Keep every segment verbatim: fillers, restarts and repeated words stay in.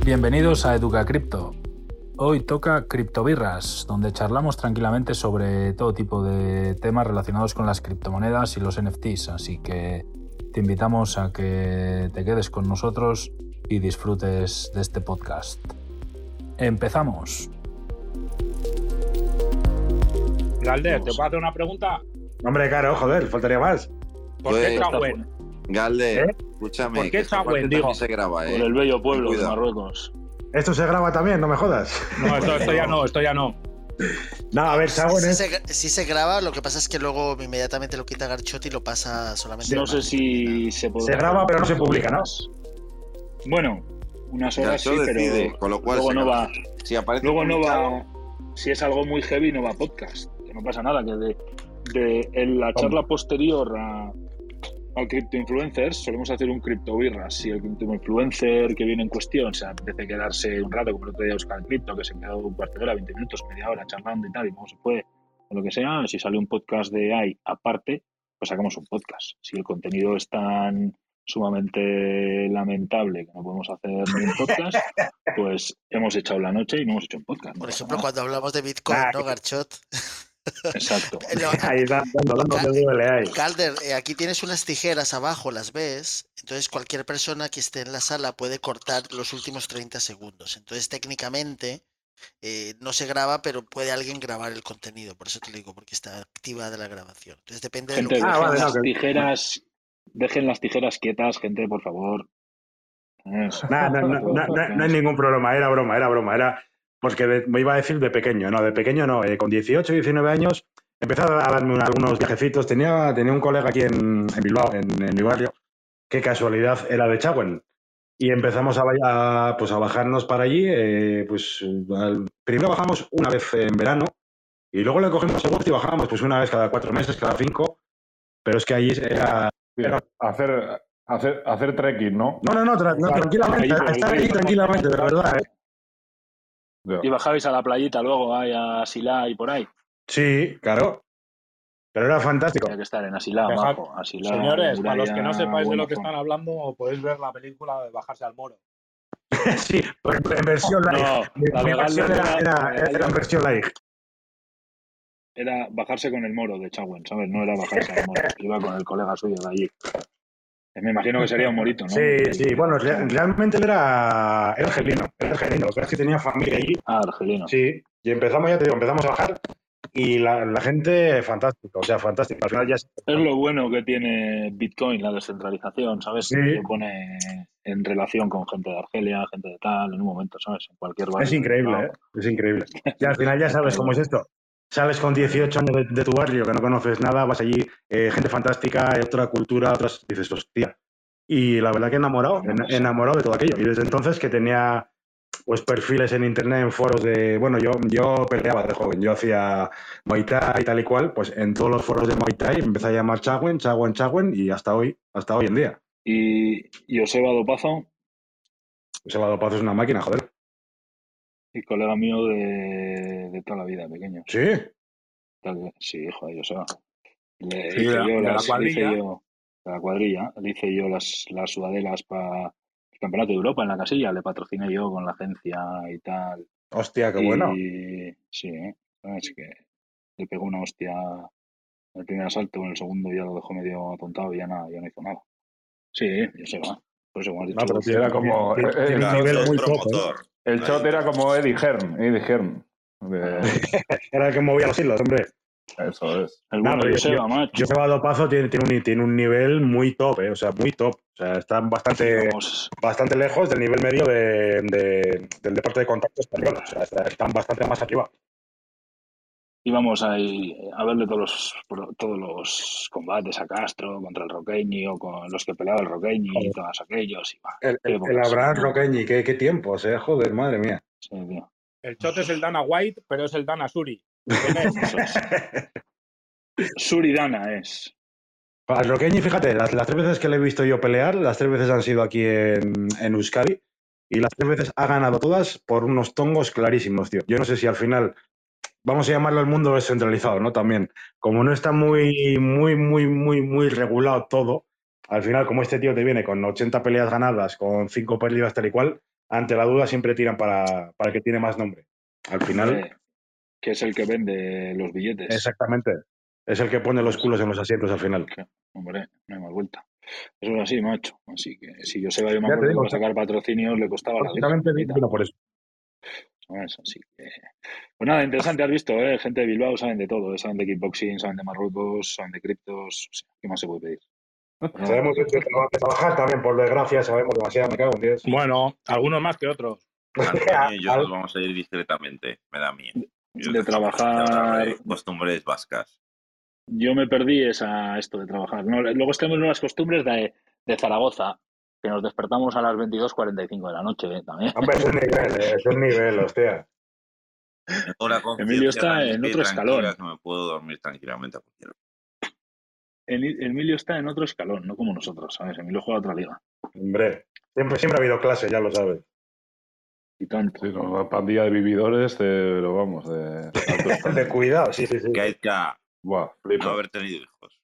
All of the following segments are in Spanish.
Bienvenidos a Educa Cripto. Hoy toca Criptobirras, donde charlamos tranquilamente sobre todo tipo de temas relacionados con las criptomonedas y los N F Ts, así que te invitamos a que te quedes con nosotros y disfrutes de este podcast. ¡Empezamos! Galder, ¿te puedo hacer una pregunta? Hombre, claro, joder, faltaría más. ¿Por Pues, qué Chagüen? Galder, ¿Eh? escúchame. ¿Por qué que esta Chagüen, parte digo? también se graba, ¿eh? Por el bello pueblo de Cuidado. Marruecos. Esto se graba también, no me jodas. No, esto, esto ya no, esto ya no. No, a ver, Chagüen Sí, es... se, sí se graba, lo que pasa es que luego inmediatamente lo quita Garchot y lo pasa solamente. No en sé Madrid. si se podrá. Se graba, pero no se publica, ¿no? Bueno, unas horas sí, Garchot decide, pero con lo cual luego se no graba. va. Si aparece Luego no publicado, va. Si es algo muy heavy, no va a podcast. Que no pasa nada. Que de, de en la charla posterior a, al Crypto Influencers solemos hacer un Crypto Birras. Si el Crypto Influencer que viene en cuestión se apetece a quedarse un rato, como el otro día Oscar Crypto, que se quedó un cuarto de hora, veinte minutos, media hora charlando y tal, y cómo se fue, o lo que sea. Si sale un podcast de A I aparte, pues sacamos un podcast. Si el contenido es tan sumamente lamentable que no podemos hacer ni un podcast, pues hemos echado la noche y no hemos hecho un podcast. ¿no? Por ejemplo, cuando hablamos de Bitcoin, Ah, ¿no, Garchot? Exacto. No, Ahí está, dando, dando, te duele ahí. Calder, eh, aquí tienes unas tijeras abajo, las ves. Entonces, cualquier persona que esté en la sala puede cortar los últimos treinta segundos. Entonces, técnicamente, eh, no se graba, pero puede alguien grabar el contenido. Por eso te lo digo, porque está activada la grabación. Entonces, depende de lo Gente, que. Ah, dejen vale, no, las que- tijeras, dejen las tijeras quietas, gente, por favor. Eso. Nah, no, no, no, no, no hay ningún problema, era broma, era broma, era porque de- me iba a decir de pequeño, no, de pequeño no, eh, con dieciocho, diecinueve años empecé a darme un- algunos viajecitos, tenía, tenía un colega aquí en, en Bilbao, en, en mi barrio, qué casualidad era de Chagüen, y empezamos a, va- a, pues a bajarnos para allí, eh, pues al- primero bajamos una vez en verano, y luego le cogimos el gusto y bajábamos pues una vez cada cuatro meses, cada cinco, pero es que allí era... Sí, hacer, hacer, hacer trekking, ¿no? No, no, no, tra- no, Ahí tranquilamente, por el estar río. ahí tranquilamente, de verdad, ¿eh? Ya. Y bajabais a la playita luego, ahí a Silá y por ahí. Sí, claro. Pero era fantástico. Hay que estar en Asilá, Dejad- majo. Asilá, Señores, para los Muralla, que no sepáis de lo que Buena están hablando, podéis ver la película de Bajarse al Moro. Sí, pero en versión live. No, Mi, la mi legal versión no era, era- era, la legal era en no. versión live. Era bajarse con el moro de Chagüen, ¿sabes? No era bajarse al moro. Iba con el colega suyo de allí. Me imagino que sería un morito, ¿no? Sí, sí. Bueno, re- realmente él era, era argelino. Era argelino. Lo que pasa es que tenía familia allí. Ah, argelino. Sí. Y empezamos, ya te digo, empezamos a bajar. Y la, la gente, fantástica. O sea, fantástica. Al final ya... Es lo bueno que tiene Bitcoin, la descentralización, ¿sabes? Sí. Te pone en relación con gente de Argelia, gente de tal, en un momento, ¿sabes? En cualquier barrio. Es increíble, ¿eh? Es increíble. Y al final ya sabes cómo es esto. Sales con dieciocho años de, de tu barrio, que no conoces nada, vas allí, eh, gente fantástica, hay otra cultura, otras... Dices, hostia. Y la verdad que enamorado, en- enamorado de todo aquello. Y desde entonces que tenía pues perfiles en internet, en foros de... Bueno, yo, yo peleaba de joven, yo hacía Muay Thai y tal y cual, pues en todos los foros de Muay Thai me empecé a llamar Chagüen, Chagüen, Chagüen y hasta hoy, hasta hoy en día. Y, y Joseba Dopazo, Ese Vado Paz es una máquina, joder. y colega mío de, de toda la vida, pequeño. Sí. Tal que- Sí, joder, Joseba. Le Sí, hice de la- yo de la las, le cuadrilla. hice yo, de la cuadrilla, le hice yo las, las sudaderas para el Campeonato de Europa en la casilla, le patrociné yo con la agencia y tal. Hostia, qué y, bueno. Sí, ¿eh? ¿Sabes? Que le pegó una hostia en el primer asalto, en el segundo ya lo dejó medio atontado y ya, nada, ya no hizo nada. Sí, Joseba. Por eso, como has No, dicho, pero Sí, era como... Tiene- eh, tiene el, un Claro, nivel el muy top, ¿eh? promotor. el shot era como Eddie Hearn. Eddie Hearn. De- Era el que movía los hilos, hombre. Eso es. el No, bueno pero yo- Joseba, macho. Yo Cebado Pazo tiene, tiene, un, tiene un nivel muy top, ¿eh? O sea, muy top. O sea, están bastante, Vamos, bastante lejos del nivel medio de, de- del deporte de contacto español. O sea, está- están bastante más arriba. íbamos ahí a verle todos los, todos los combates a Castro contra el Roqueñi o con los que peleaba el Roqueñi y todos aquellos. Y, va, El, qué el, épocas. el Abraham Roqueñi, qué, qué tiempos, ¿eh? Joder, madre mía. Sí, tío. El Chot es el Dana White, pero es el Dana Suri. ¿Quién es? Eso es. Suridana es. Al Roqueñi, fíjate, las, las tres veces que le he visto yo pelear, las tres veces han sido aquí en, en Euskadi y las tres veces ha ganado todas por unos tongos clarísimos, tío. Yo no sé si al final, vamos a llamarlo el mundo descentralizado, ¿no? También, como no está muy, muy, muy, muy, muy regulado todo, al final, como este tío te viene con ochenta peleas ganadas, con cinco perdidas tal y cual, ante la duda siempre tiran para, para el que tiene más nombre. Al final... Hombre, que es el que vende los billetes. Exactamente. Es el que pone los culos en los asientos al final. Que, hombre, no hay más vuelta. Eso es así, macho. Así que si yo se yo me Ya te acuerdo que digo, para sacar patrocinios le costaba la vida. Exactamente, vino por eso. ¿Sabes? Así que... Pues nada, interesante, has visto, ¿eh? Gente de Bilbao saben de todo, ¿eh? Saben de kickboxing, saben de Marruecos, saben de criptos. O sea, ¿qué más se puede pedir? Pues nada, Sabemos de, de trabajar también, por desgracia, sabemos demasiado, me cago en diez. Bueno, algunos más que otros. Antonio y yo nos vamos a ir discretamente, me da miedo. Yo de trabajar... de costumbres vascas. Yo me perdí esa esto de trabajar. No, luego tenemos unas costumbres de, de Zaragoza, que nos despertamos a las veintidós cuarenta y cinco de la noche, ¿eh? También. Hombre, es un nivel, eh, es un nivel, hostia. Emilio está en otro escalón. Que me puedo dormir tranquilamente a cualquier hora. Emilio está en otro escalón, no como nosotros, ¿sabes? Emilio juega a otra liga. Hombre, siempre, siempre ha habido clase, ya lo sabes. Y tanto. Sí, no, una pandilla de vividores, de, pero vamos, de... de cuidado, sí, sí, sí. Que hay que Buah, no haber tenido hijos.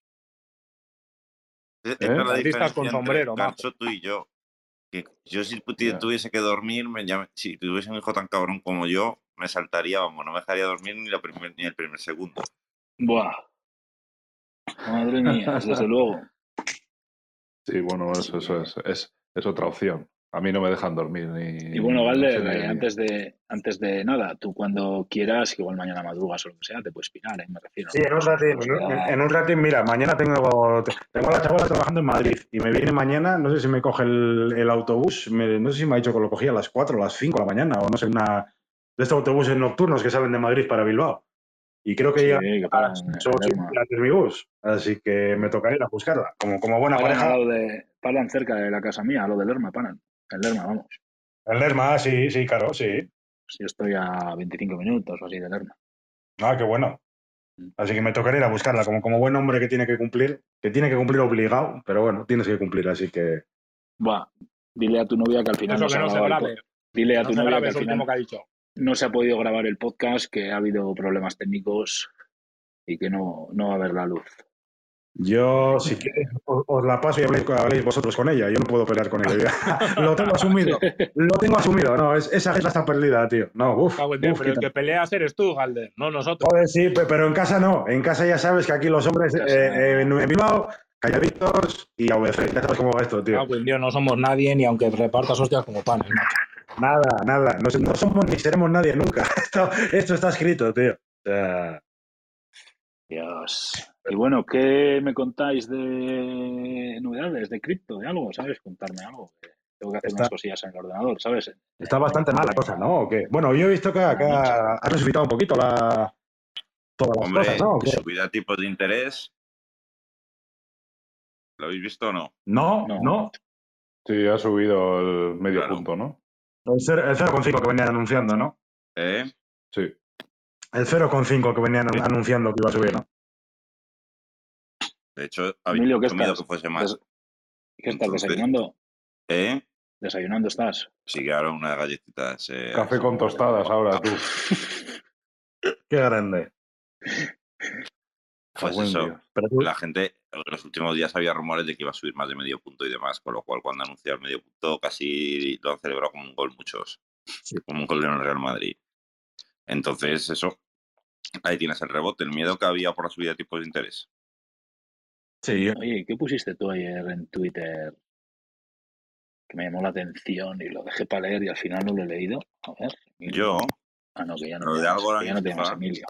Esta ¿Eh? es la Artistas diferencia con entre sombrero, Gancho, tú y yo. Que yo si Ya. tuviese que dormir, me llame- si tuviese un hijo tan cabrón como yo, me saltaría, vamos, no me dejaría dormir ni, la primer- ni el primer segundo. Buah. Madre mía, desde luego. Sí, bueno, eso, eso es, es, es otra opción. A mí no me dejan dormir ni... Y bueno, Galder, noche ni eh, día. antes de antes de nada, tú cuando quieras, que igual mañana madrugas o lo que sea, te puedes pirar, ¿eh? Me refiero. Sí, en un ratín, Pues en un, ya- en un ratín, mira, mañana tengo, tengo a la chavala trabajando en Madrid y me viene mañana, no sé si me coge el, el autobús, me- no sé si me ha dicho que lo cogía a las cuatro o a las cinco de la mañana o no sé, una de estos autobuses nocturnos que salen de Madrid para Bilbao. Y creo que Sí, llega que a paran las en ocho y Lerma. media de mi bus, así que me tocará ir a buscarla. Como, como buena Paran, al pareja, lado de, paran cerca de la casa mía, a lo de Lerma, paran. En Lerma, vamos. el Lerma, sí, sí, claro, sí. Pues yo estoy a veinticinco minutos o así de Lerma. Ah, qué bueno. Así que me tocará ir a buscarla, como, como buen hombre que tiene que cumplir, que tiene que cumplir obligado, pero bueno, tienes que cumplir, así que... Buah, dile a tu novia que al final Eso no que se ha no se grabado el grabe. po- Dile a No tu se novia grabe que al eso final último que ha dicho. no se ha podido grabar el podcast, que ha habido problemas técnicos y que no, no va a haber la luz. Yo, si quieres, os, os la paso y habléis, habléis vosotros con ella. Yo no puedo pelear con ella. Lo tengo asumido. Lo tengo asumido. No, es, esa gente está perdida, tío. No, uff. Cago en Dios, pero el que peleas eres tú, Galder, no nosotros. Joder, sí, pe- pero en casa no. En casa ya sabes que aquí los hombres En casa- eh, eh, en Bilbao, calladitos y A V C. Ya sabes cómo va esto, tío. Cago en Dios, no somos nadie ni aunque repartas hostias como panes, macho. Nada, nada. No, no somos ni seremos nadie nunca. Esto, esto está escrito, tío. O sea, Dios. Y bueno, ¿qué me contáis de novedades, de cripto, de algo? ¿Sabes? Contarme algo. que Tengo que hacer Está- unas cosillas en el ordenador, ¿sabes? está bastante mala la cosa, ¿no? ¿O qué? Bueno, yo he visto que, que ha ha resucitado un poquito la, todas las Hombre, cosas, ¿no? ¿O qué? subida a tipos de interés. ¿Lo habéis visto o no? No, No. no. Sí, ha subido el medio Claro. punto, ¿no? El cero coma cinco que venían anunciando, ¿no? ¿Eh? Sí. El cero coma cinco que venían anunciando que iba a subir, ¿no? De hecho, había Emilio, ¿qué asumido estás? que fuese más. Des- ¿Qué estás Entonces- desayunando? ¿Eh? ¿Desayunando estás? Sí, que ahora unas galletitas. eh, Café así con como- tostadas ahora, tú. Qué grande. Pues Buen eso. día. Pero tú, La gente, en los últimos días había rumores de que iba a subir más de medio punto y demás, con lo cual cuando anunció el medio punto casi lo han celebrado como un gol muchos, como un gol en el Real Madrid. Entonces, eso, ahí tienes el rebote, el miedo que había por la subida de tipos de interés. sí, yo- Oye, ¿qué pusiste tú ayer en Twitter? Que me llamó la atención y lo dejé para leer y al final no lo he leído. A ver. Emilio. Yo, Ah, no, que ya no lo te de llamas, Algorand que ya no te y llamas FIFA. Emilio.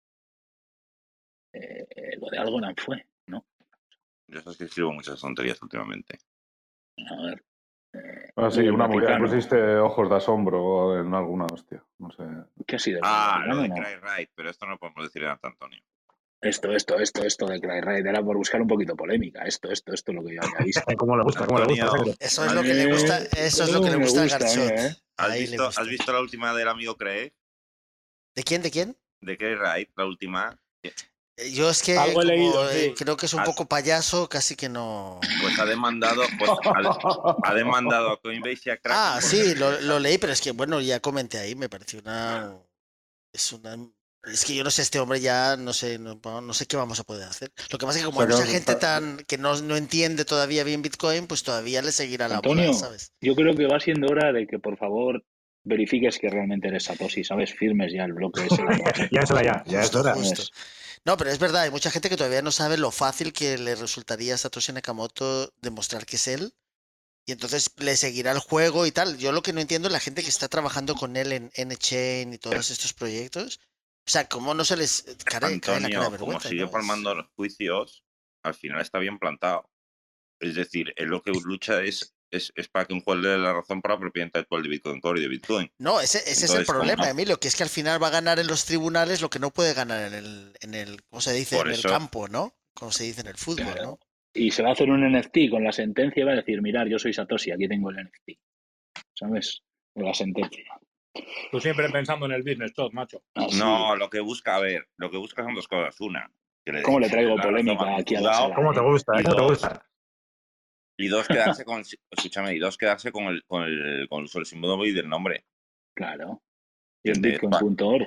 Eh, eh, lo de Algorand fue, ¿no? yo sabes que escribo muchas tonterías últimamente. A ver. Eh, Ah, sí, lo del una mulher. Vaticano. Pusiste ojos de asombro en alguna hostia. No sé. ¿Qué ha sido? Ah, ¿El lo de Vaticano o no? Cry Right, pero esto no podemos decir en Ant Antonio. Esto, esto, esto, esto de Cry Ride era por buscar un poquito polémica. Esto, esto, esto es lo que yo había visto. ¿cómo le gusta? ¿Cómo le gusta? Antonio. Negro? Eso es lo que le Eh, gusta, eso es lo que le me gusta a gusta, Garchot. eh. ¿Has Ahí le visto, gusta. ¿Has visto la última del amigo Craig? ¿De quién? ¿De quién? De Cry Right, la última. Eh, Yo es que Algo he como, leído, eh, sí. creo que es un Has- poco payaso, casi que no. Pues ha demandado, pues, ha, ha demandado a Coinbase y a Kraken. Ah, por- sí, lo, lo leí, pero es que bueno, ya comenté ahí, me pareció una es una Es que yo no sé, este hombre ya no sé, no, no sé qué vamos a poder hacer. Lo que pasa es que como O hay sea, mucha que- gente tan que no, no entiende todavía bien Bitcoin, pues todavía le seguirá la bola, Antonio, ¿sabes? yo creo que va siendo hora de que por favor verifiques que realmente eres Satoshi, ¿sabes? Firmes ya el bloque ese. Ya es hora ya, ya es Justo, hora. justo. ¿Sabes? No, pero es verdad, hay mucha gente que todavía no sabe lo fácil que le resultaría a Satoshi Nakamoto demostrar que es él. Y entonces le seguirá el juego y tal. Yo lo que no entiendo es la gente que está trabajando con él en N-Chain y todos estos proyectos. O sea, cómo no se les cae, cae la cara de Antonio, como vergüenza, sigue ¿no? Es- palmando los juicios, al final está bien plantado. Es decir, él lo que lucha es, es, es para que un juez le dé la razón para la propiedad intelectual de Bitcoin Core y de Bitcoin. No, ese, ese es el Entonces, como problema, no, Emilio, que es que al final va a ganar en los tribunales lo que no puede ganar en el, en el, ¿cómo se dice? por En el eso, campo, ¿no? Como se dice en el fútbol, ¿no? Y se va a hacer un N F T con la sentencia y va a decir, mirar, yo soy Satoshi, aquí tengo el N F T. ¿Sabes? Con la sentencia. Tú siempre pensando en el business top, macho. Así. no, lo que busca, a ver, lo que busca son dos cosas. Una, que le ¿Cómo le den traigo la razón polémica al aquí a la juzgado, sala? ¿Cómo te eh? gusta? y ¿Cómo te dos, gusta? y dos quedarse con, escúchame, y dos quedarse con el, con el, con el uso del símbolo y del nombre. Claro. Y en ¿Entiendes? Pa- bitcoin punto org.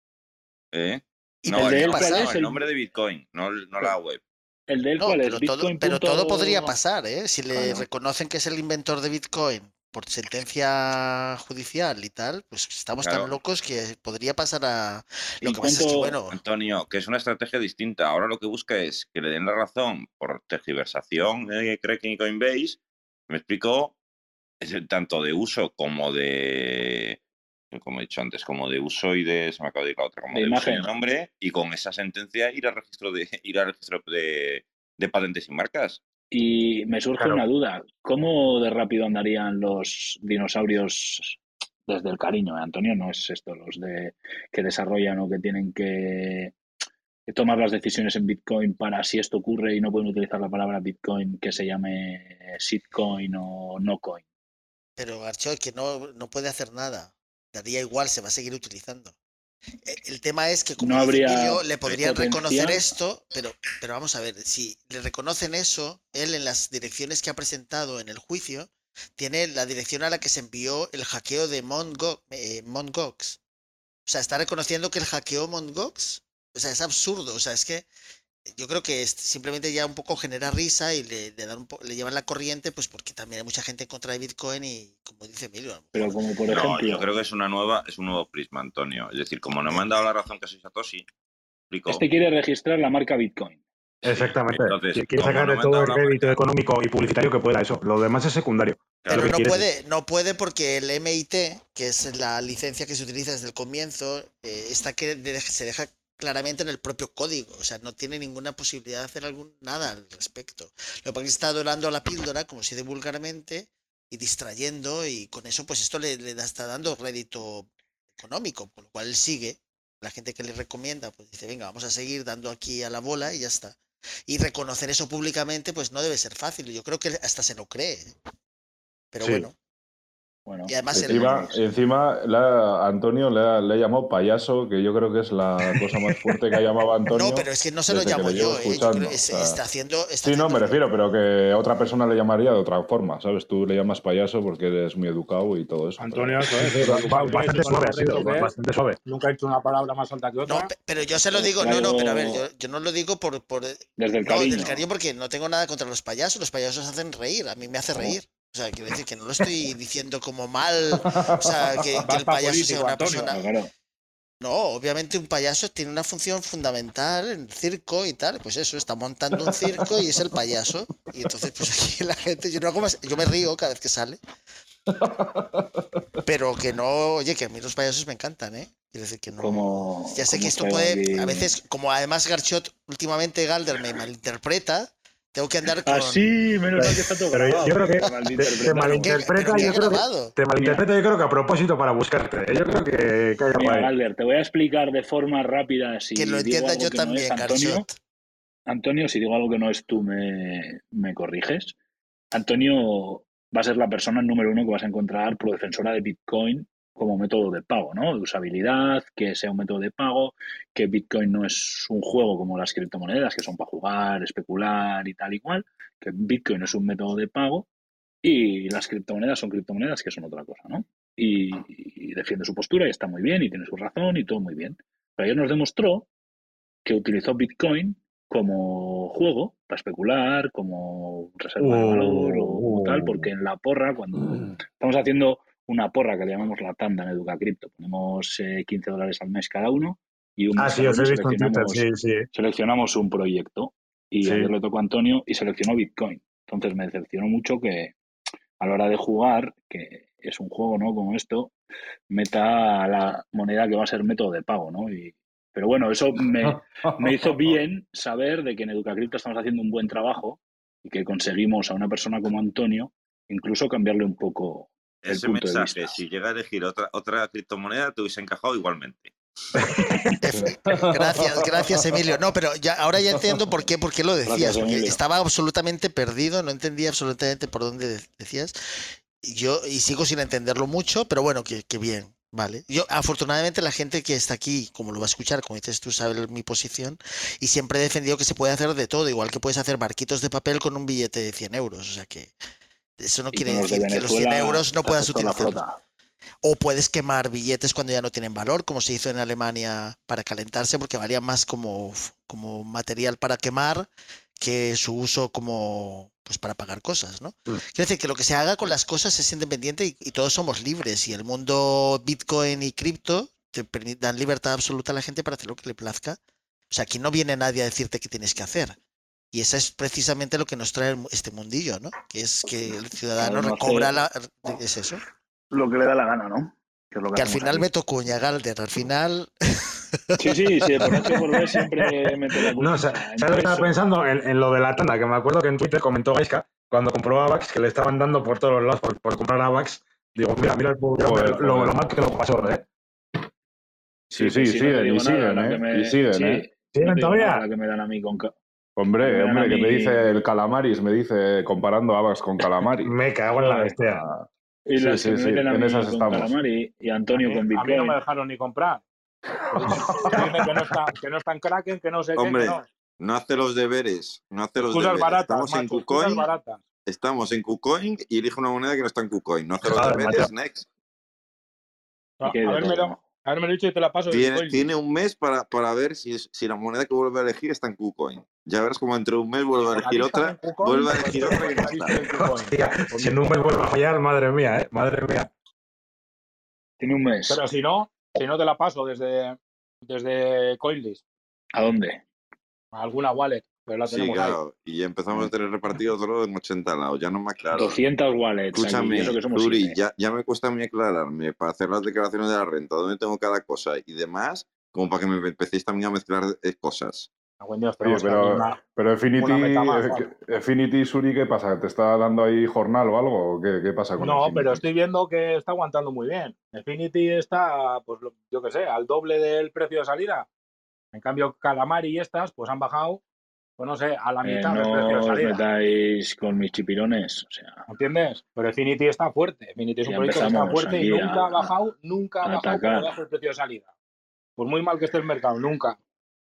¿eh? Y No, ¿El el de él podría nombre, cuál pasar. no, es? el El, nombre de Bitcoin, no, no la web. el de él No, cuál es? pero todo, Bitcoin. pero todo podría punto- pasar, ¿eh? Si le Claro. reconocen que es el inventor de Bitcoin por sentencia judicial y tal, pues estamos tan Claro, locos que podría pasar a... Lo ¿Y que pasa es que, cuánto? bueno, Antonio, que es una estrategia distinta. Ahora lo que busca es que le den la razón por tergiversación de Kraken y Coinbase. Me explico, es el tanto de uso como de, como he dicho antes, como de uso y de, se me acaba de ir la otra, como De de uso y de imagen. nombre, y con esa sentencia ir al registro de, ir al registro de, de patentes y marcas. Y me surge Claro. una duda. ¿Cómo de rápido andarían los dinosaurios desde el cariño, eh, Antonio? No es esto, los de que desarrollan o que tienen que, que tomar las decisiones en Bitcoin para si esto ocurre y no pueden utilizar la palabra Bitcoin que se llame shitcoin o no coin. pero Garchot, que no, no puede hacer nada. Daría igual, se va a seguir utilizando. Eh, El tema es que, como No dice habría Emilio, le podrían reconocer potencial. esto, pero, pero vamos a ver, si le reconocen eso, él en las direcciones que ha presentado en el juicio, tiene la dirección a la que se envió el hackeo de Mt. Go- eh, Mt. Gox. O sea, está reconociendo que él hackeó Mt. Gox. O sea, es absurdo. O sea, es que yo creo que es simplemente ya un poco genera risa y le, le dan un po- le llevan la corriente, pues porque también hay mucha gente en contra de Bitcoin y, como dice Emilio, a lo Pero mejor como por No, yo ejemplo, creo que es una nueva, es un nuevo prisma, Antonio. Es decir, como no me han dado la razón que soy Satoshi, explico. este quiere registrar la marca Bitcoin. Sí, Exactamente. entonces, Quiere como no sacarle me han todo dado el la rédito marca, económico y publicitario que pueda. Eso. Lo demás es secundario. claro, Lo Pero que no quiere es- puede, no puede porque el M I T, que es la licencia que se utiliza desde el comienzo, eh, está que de- se deja claramente en el propio código. O sea, no tiene ninguna posibilidad de hacer algún nada al respecto. Lo que pasa es que está dorando a la píldora, como se dice vulgarmente, y distrayendo, y con eso, pues esto le, le da- está dando rédito económico, por lo cual él sigue. La gente que le recomienda, pues dice, venga, vamos a seguir dando aquí a la bola y ya está. Y reconocer eso públicamente, pues no debe ser fácil. Yo creo que hasta se lo cree. ¿eh? Pero Sí. bueno, Bueno, y además el, Encima, encima le ha- Antonio le ha, le ha llamado payaso, que yo creo que es la cosa más fuerte que ha llamado a Antonio. no, pero es que no se lo desde que llamo le llevo yo, ¿eh? Yo creo escuchando. que O es- sea, está haciendo. Está sí, no, me haciendo- refiero, pero que otra persona le llamaría de otra forma, ¿sabes? Tú le llamas payaso porque eres muy educado y todo eso. pero- Antonio, eso es. Sí, Con lo ba- educado que es y bastante con lo suave ha sido. correcto que es, Bastante suave. nunca he hecho una palabra más alta que No, otra. pe- pero yo se lo Os digo, no, no, pero a ver, traigo yo, yo no lo digo por, por desde el no, cariño. del cariño porque no tengo nada contra los payasos, los payasos hacen reír, a mí me hace reír. O sea, quiero decir que no lo estoy diciendo como mal, o sea, que, que el Basta payaso sea político, una Antonio. persona. Ah, claro. No, obviamente un payaso tiene una función fundamental en el circo y tal, pues eso, está montando un circo y es el payaso. Y entonces, pues aquí la gente, yo no hago más, yo me río cada vez que sale. Pero que no, oye, que a mí los payasos me encantan, ¿eh? Quiero decir que no. Como, Ya sé que como esto traigo puede, aquí- a veces, como además Garchot, últimamente Galder me malinterpreta, tengo que andar con. Ah, sí, menos mal que está todo Pero yo, grabado. yo creo que Me te, malinterpreta. te ¿Pero qué? malinterpreta, ¿Pero qué yo creo que grabado? te malinterpreta, yo creo que a propósito para buscarte. Yo creo que, que hay algo Mira, ahí. Galder, te voy a explicar de forma rápida si Que lo digo entienda algo yo que no es, también, Antonio. Garchot. Antonio, si digo algo que no es, tú me, me corriges. Antonio va a ser la persona número uno que vas a encontrar pro defensora de Bitcoin como método de pago, ¿no? De usabilidad, que sea un método de pago, que Bitcoin no es un juego como las criptomonedas, que son para jugar, especular y tal y cual, que Bitcoin es un método de pago y las criptomonedas son criptomonedas que son otra cosa, ¿no? Y, y defiende su postura y está muy bien y tiene su razón y todo muy bien. Pero ayer nos demostró que utilizó Bitcoin como juego para especular, como reserva de valor o, o Uh, tal, porque en la porra, cuando estamos haciendo una porra que le llamamos la tanda en Educa Cripto, ponemos eh, quince dólares al mes cada uno y un Ah, mes sí, cada os uno he visto en Twitter, seleccionamos, sí, sí. seleccionamos un proyecto. Y Sí. ayer le tocó a Antonio y seleccionó Bitcoin. Entonces me decepcionó mucho que a la hora de jugar, que es un juego, ¿no? Como esto, meta la moneda que va a ser método de pago, ¿no? Y, pero bueno, eso me, me hizo bien saber de que en EducaCrypto estamos haciendo un buen trabajo y que conseguimos a una persona como Antonio incluso cambiarle un poco el Ese punto de mensaje, vista. si llega a elegir otra, otra criptomoneda, te hubiese encajado igualmente. Efe- Gracias, gracias, Emilio. No, pero ya, ahora ya entiendo por qué, por qué lo decías, Gracias, porque Emilio. estaba absolutamente perdido, no entendía absolutamente por dónde de- decías. Y yo, y sigo sin entenderlo mucho, pero bueno, que, que bien, vale. Yo, afortunadamente, la gente que está aquí, como lo va a escuchar, como dices tú, sabe mi posición, y siempre he defendido que se puede hacer de todo, igual que puedes hacer barquitos de papel con un billete de cien euros. O sea que eso no Y quiere con los de decir que los cien Venezuela euros no te puedas haces toda la utilizarlos. flota. O puedes quemar billetes cuando ya no tienen valor, como se hizo en Alemania para calentarse, porque valía más como, como material para quemar que su uso como pues para pagar cosas, ¿no? Mm. Quiero decir que lo que se haga con las cosas es independiente y, y todos somos libres. Y el mundo Bitcoin y cripto te permit- dan libertad absoluta a la gente para hacer lo que le plazca. O sea, aquí no viene nadie a decirte qué tienes que hacer. Y eso es precisamente lo que nos trae el mu- este mundillo, ¿no? Que es que el ciudadano Cada uno recobra hace la... ¿Es eso? lo que le da la gana, ¿no? Que es lo que Que al hacemos final aquí. me tocó cuña, Galder. Al final. Sí, sí, sí, por H y por B siempre mete la No, o sea, cuñita. ¿sabes lo que estaba Entre eso, pensando? En, en lo de la tanda, que me acuerdo que en Twitter comentó Gaiska cuando compró Avax, que le estaban dando por todos los lados por, por comprar Avax. Digo, mira, mira el pobre hombre, Joder, lo, lo, joder. lo mal que lo pasó, ¿eh? Sí, pues sí, sí, no te siguen y digo nada, siguen, la que ¿eh? me, Y siguen, sí, ¿eh? ¿Siguen no te digo nada, todavía? la que me dan a mí con ca- la que Hombre, me dan a hombre, que me mí dice el Calamaris, me dice comparando Avax con Calamaris. Me cago en la bestia. Ah, y sí, las que sí, me sí, meten a en mí esas con estamos. Calamari y A Antonio mí, con a mí no me Bitcoin. dejaron ni comprar. Dime que no está, que no está en Kraken, que no sé qué, que Hombre, no. no hace los deberes, no hace los Excusas deberes. baratas, Estamos en macho, excusas KuCoin, baratas. estamos en KuCoin y elige una moneda que no está en KuCoin. No hace los Joder, deberes, macho. next. Y que hay de Haberme todo. haberme dicho y te la paso de Tiene, Bitcoin. tiene un mes para, para ver si, es- si la moneda que vuelve a elegir está en KuCoin. Ya verás como dentro de un mes vuelve a ¿La elegir lista otra, en KuCoin vuelve a o elegir está otra que no la está. lista en KuCoin? Hostia, si en un mes vuelvo a fallar, madre mía, ¿eh? Madre mía. Tiene un mes. Pero si no, si no te la paso desde, desde CoinList, ¿A dónde? a alguna wallet, pero la Sí, tenemos ahí. claro. Y ya empezamos a tener repartidos solo en ochenta lados. Ya no me aclaro. doscientas wallets aquí, y Escúchame, eso que somos Zuri, siete. ya, ya me cuesta a mí aclararme para hacer las declaraciones de la renta, dónde tengo cada cosa y demás, como para que me empecéis también a mezclar eh, cosas. Ah, buen Dios, Oye, tenemos que abrir pero, una, pero Affinity, una meta más. eh, ¿vale? que- Affinity Suri, ¿qué pasa? ¿Te está dando ahí jornal o algo? ¿O ¿Qué, qué pasa con No, Affinity? pero estoy viendo que está aguantando muy bien. Affinity está, pues lo- yo qué sé, al doble del precio de salida. En cambio, Calamari y estas, pues han bajado, pues no sé, a la Eh, mitad del precio no de os salida. metáis con mis chipirones. O sea, ¿Entiendes? Pero Affinity está fuerte. Affinity es un ya proyecto que está empezamos fuerte y aquí nunca a, ha bajado, nunca ha a bajado por atacar. debajo del precio de salida. Por muy mal que esté el mercado, nunca.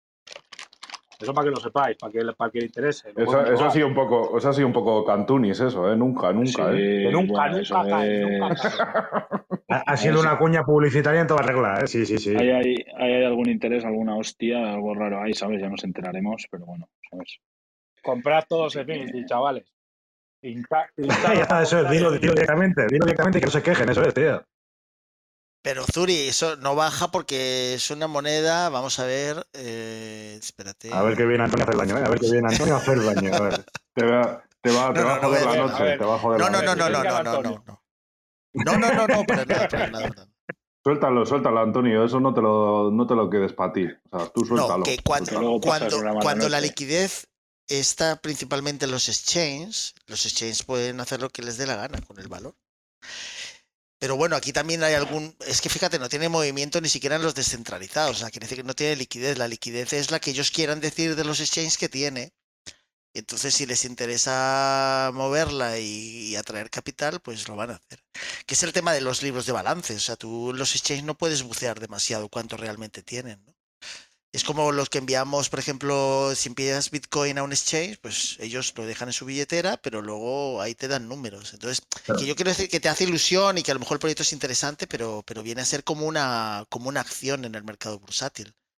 Eso para que lo sepáis, para que, para que le interese. Lo Eso, podemos eso ha probar. sido un poco, eso ha sido un poco Cantunis, eso, ¿eh? Nunca, nunca, Sí, ¿eh? Que nunca, bueno, eso nunca cae, nunca es... cae. Ha, ha A sido ver si una cuña publicitaria en toda regla, ¿eh? Sí, sí, sí. hay, hay, hay, hay algún interés, alguna hostia, algo raro ahí, ¿sabes? Ya nos enteraremos, pero bueno, ¿sabes? Comprad todos Así Affinity, que... chavales. Hincha- Ya hincharos está, a eso es, comprar dilo, Affinity. dilo directamente, dilo directamente y que no se quejen, eso es, tío. Pero Zuri, eso no baja porque es una moneda. Vamos a ver. Eh, espérate. A ver qué viene Antonio a hacer daño, ¿eh? A ver qué viene Antonio a hacer daño, a ver. Te va, te va, te No, va no, a no voy joder a la decir. A noche, ver, te va a joder No, la no, no, noche. no, no, Venga, no, no, Antonio. no. No, no, no, no, para nada, para nada. para nada. Suéltalo, suéltalo, Antonio, eso no te lo, no te lo quedes para ti. O sea, tú No, suéltalo. que cuando, Que luego pasas cuando, una mala cuando la noche. liquidez está principalmente en los exchanges, los exchanges pueden hacer lo que les dé la gana con el valor. Pero bueno, aquí también hay algún... Es que fíjate, no tiene movimiento ni siquiera en los descentralizados. O sea, quiere decir que no tiene liquidez. La liquidez es la que ellos quieran decir de los exchanges que tiene. Entonces, si les interesa moverla y, y atraer capital, pues lo van a hacer. Que es el tema de los libros de balance. O sea, tú en los exchanges no puedes bucear demasiado cuánto realmente tienen, ¿no? Es como los que enviamos, por ejemplo, si envías Bitcoin a un exchange, pues ellos lo dejan en su billetera, pero luego ahí te dan números. Entonces, que yo quiero decir que te hace ilusión y que a lo mejor el proyecto es interesante, pero, pero viene a ser como una, como una acción en el mercado bursátil.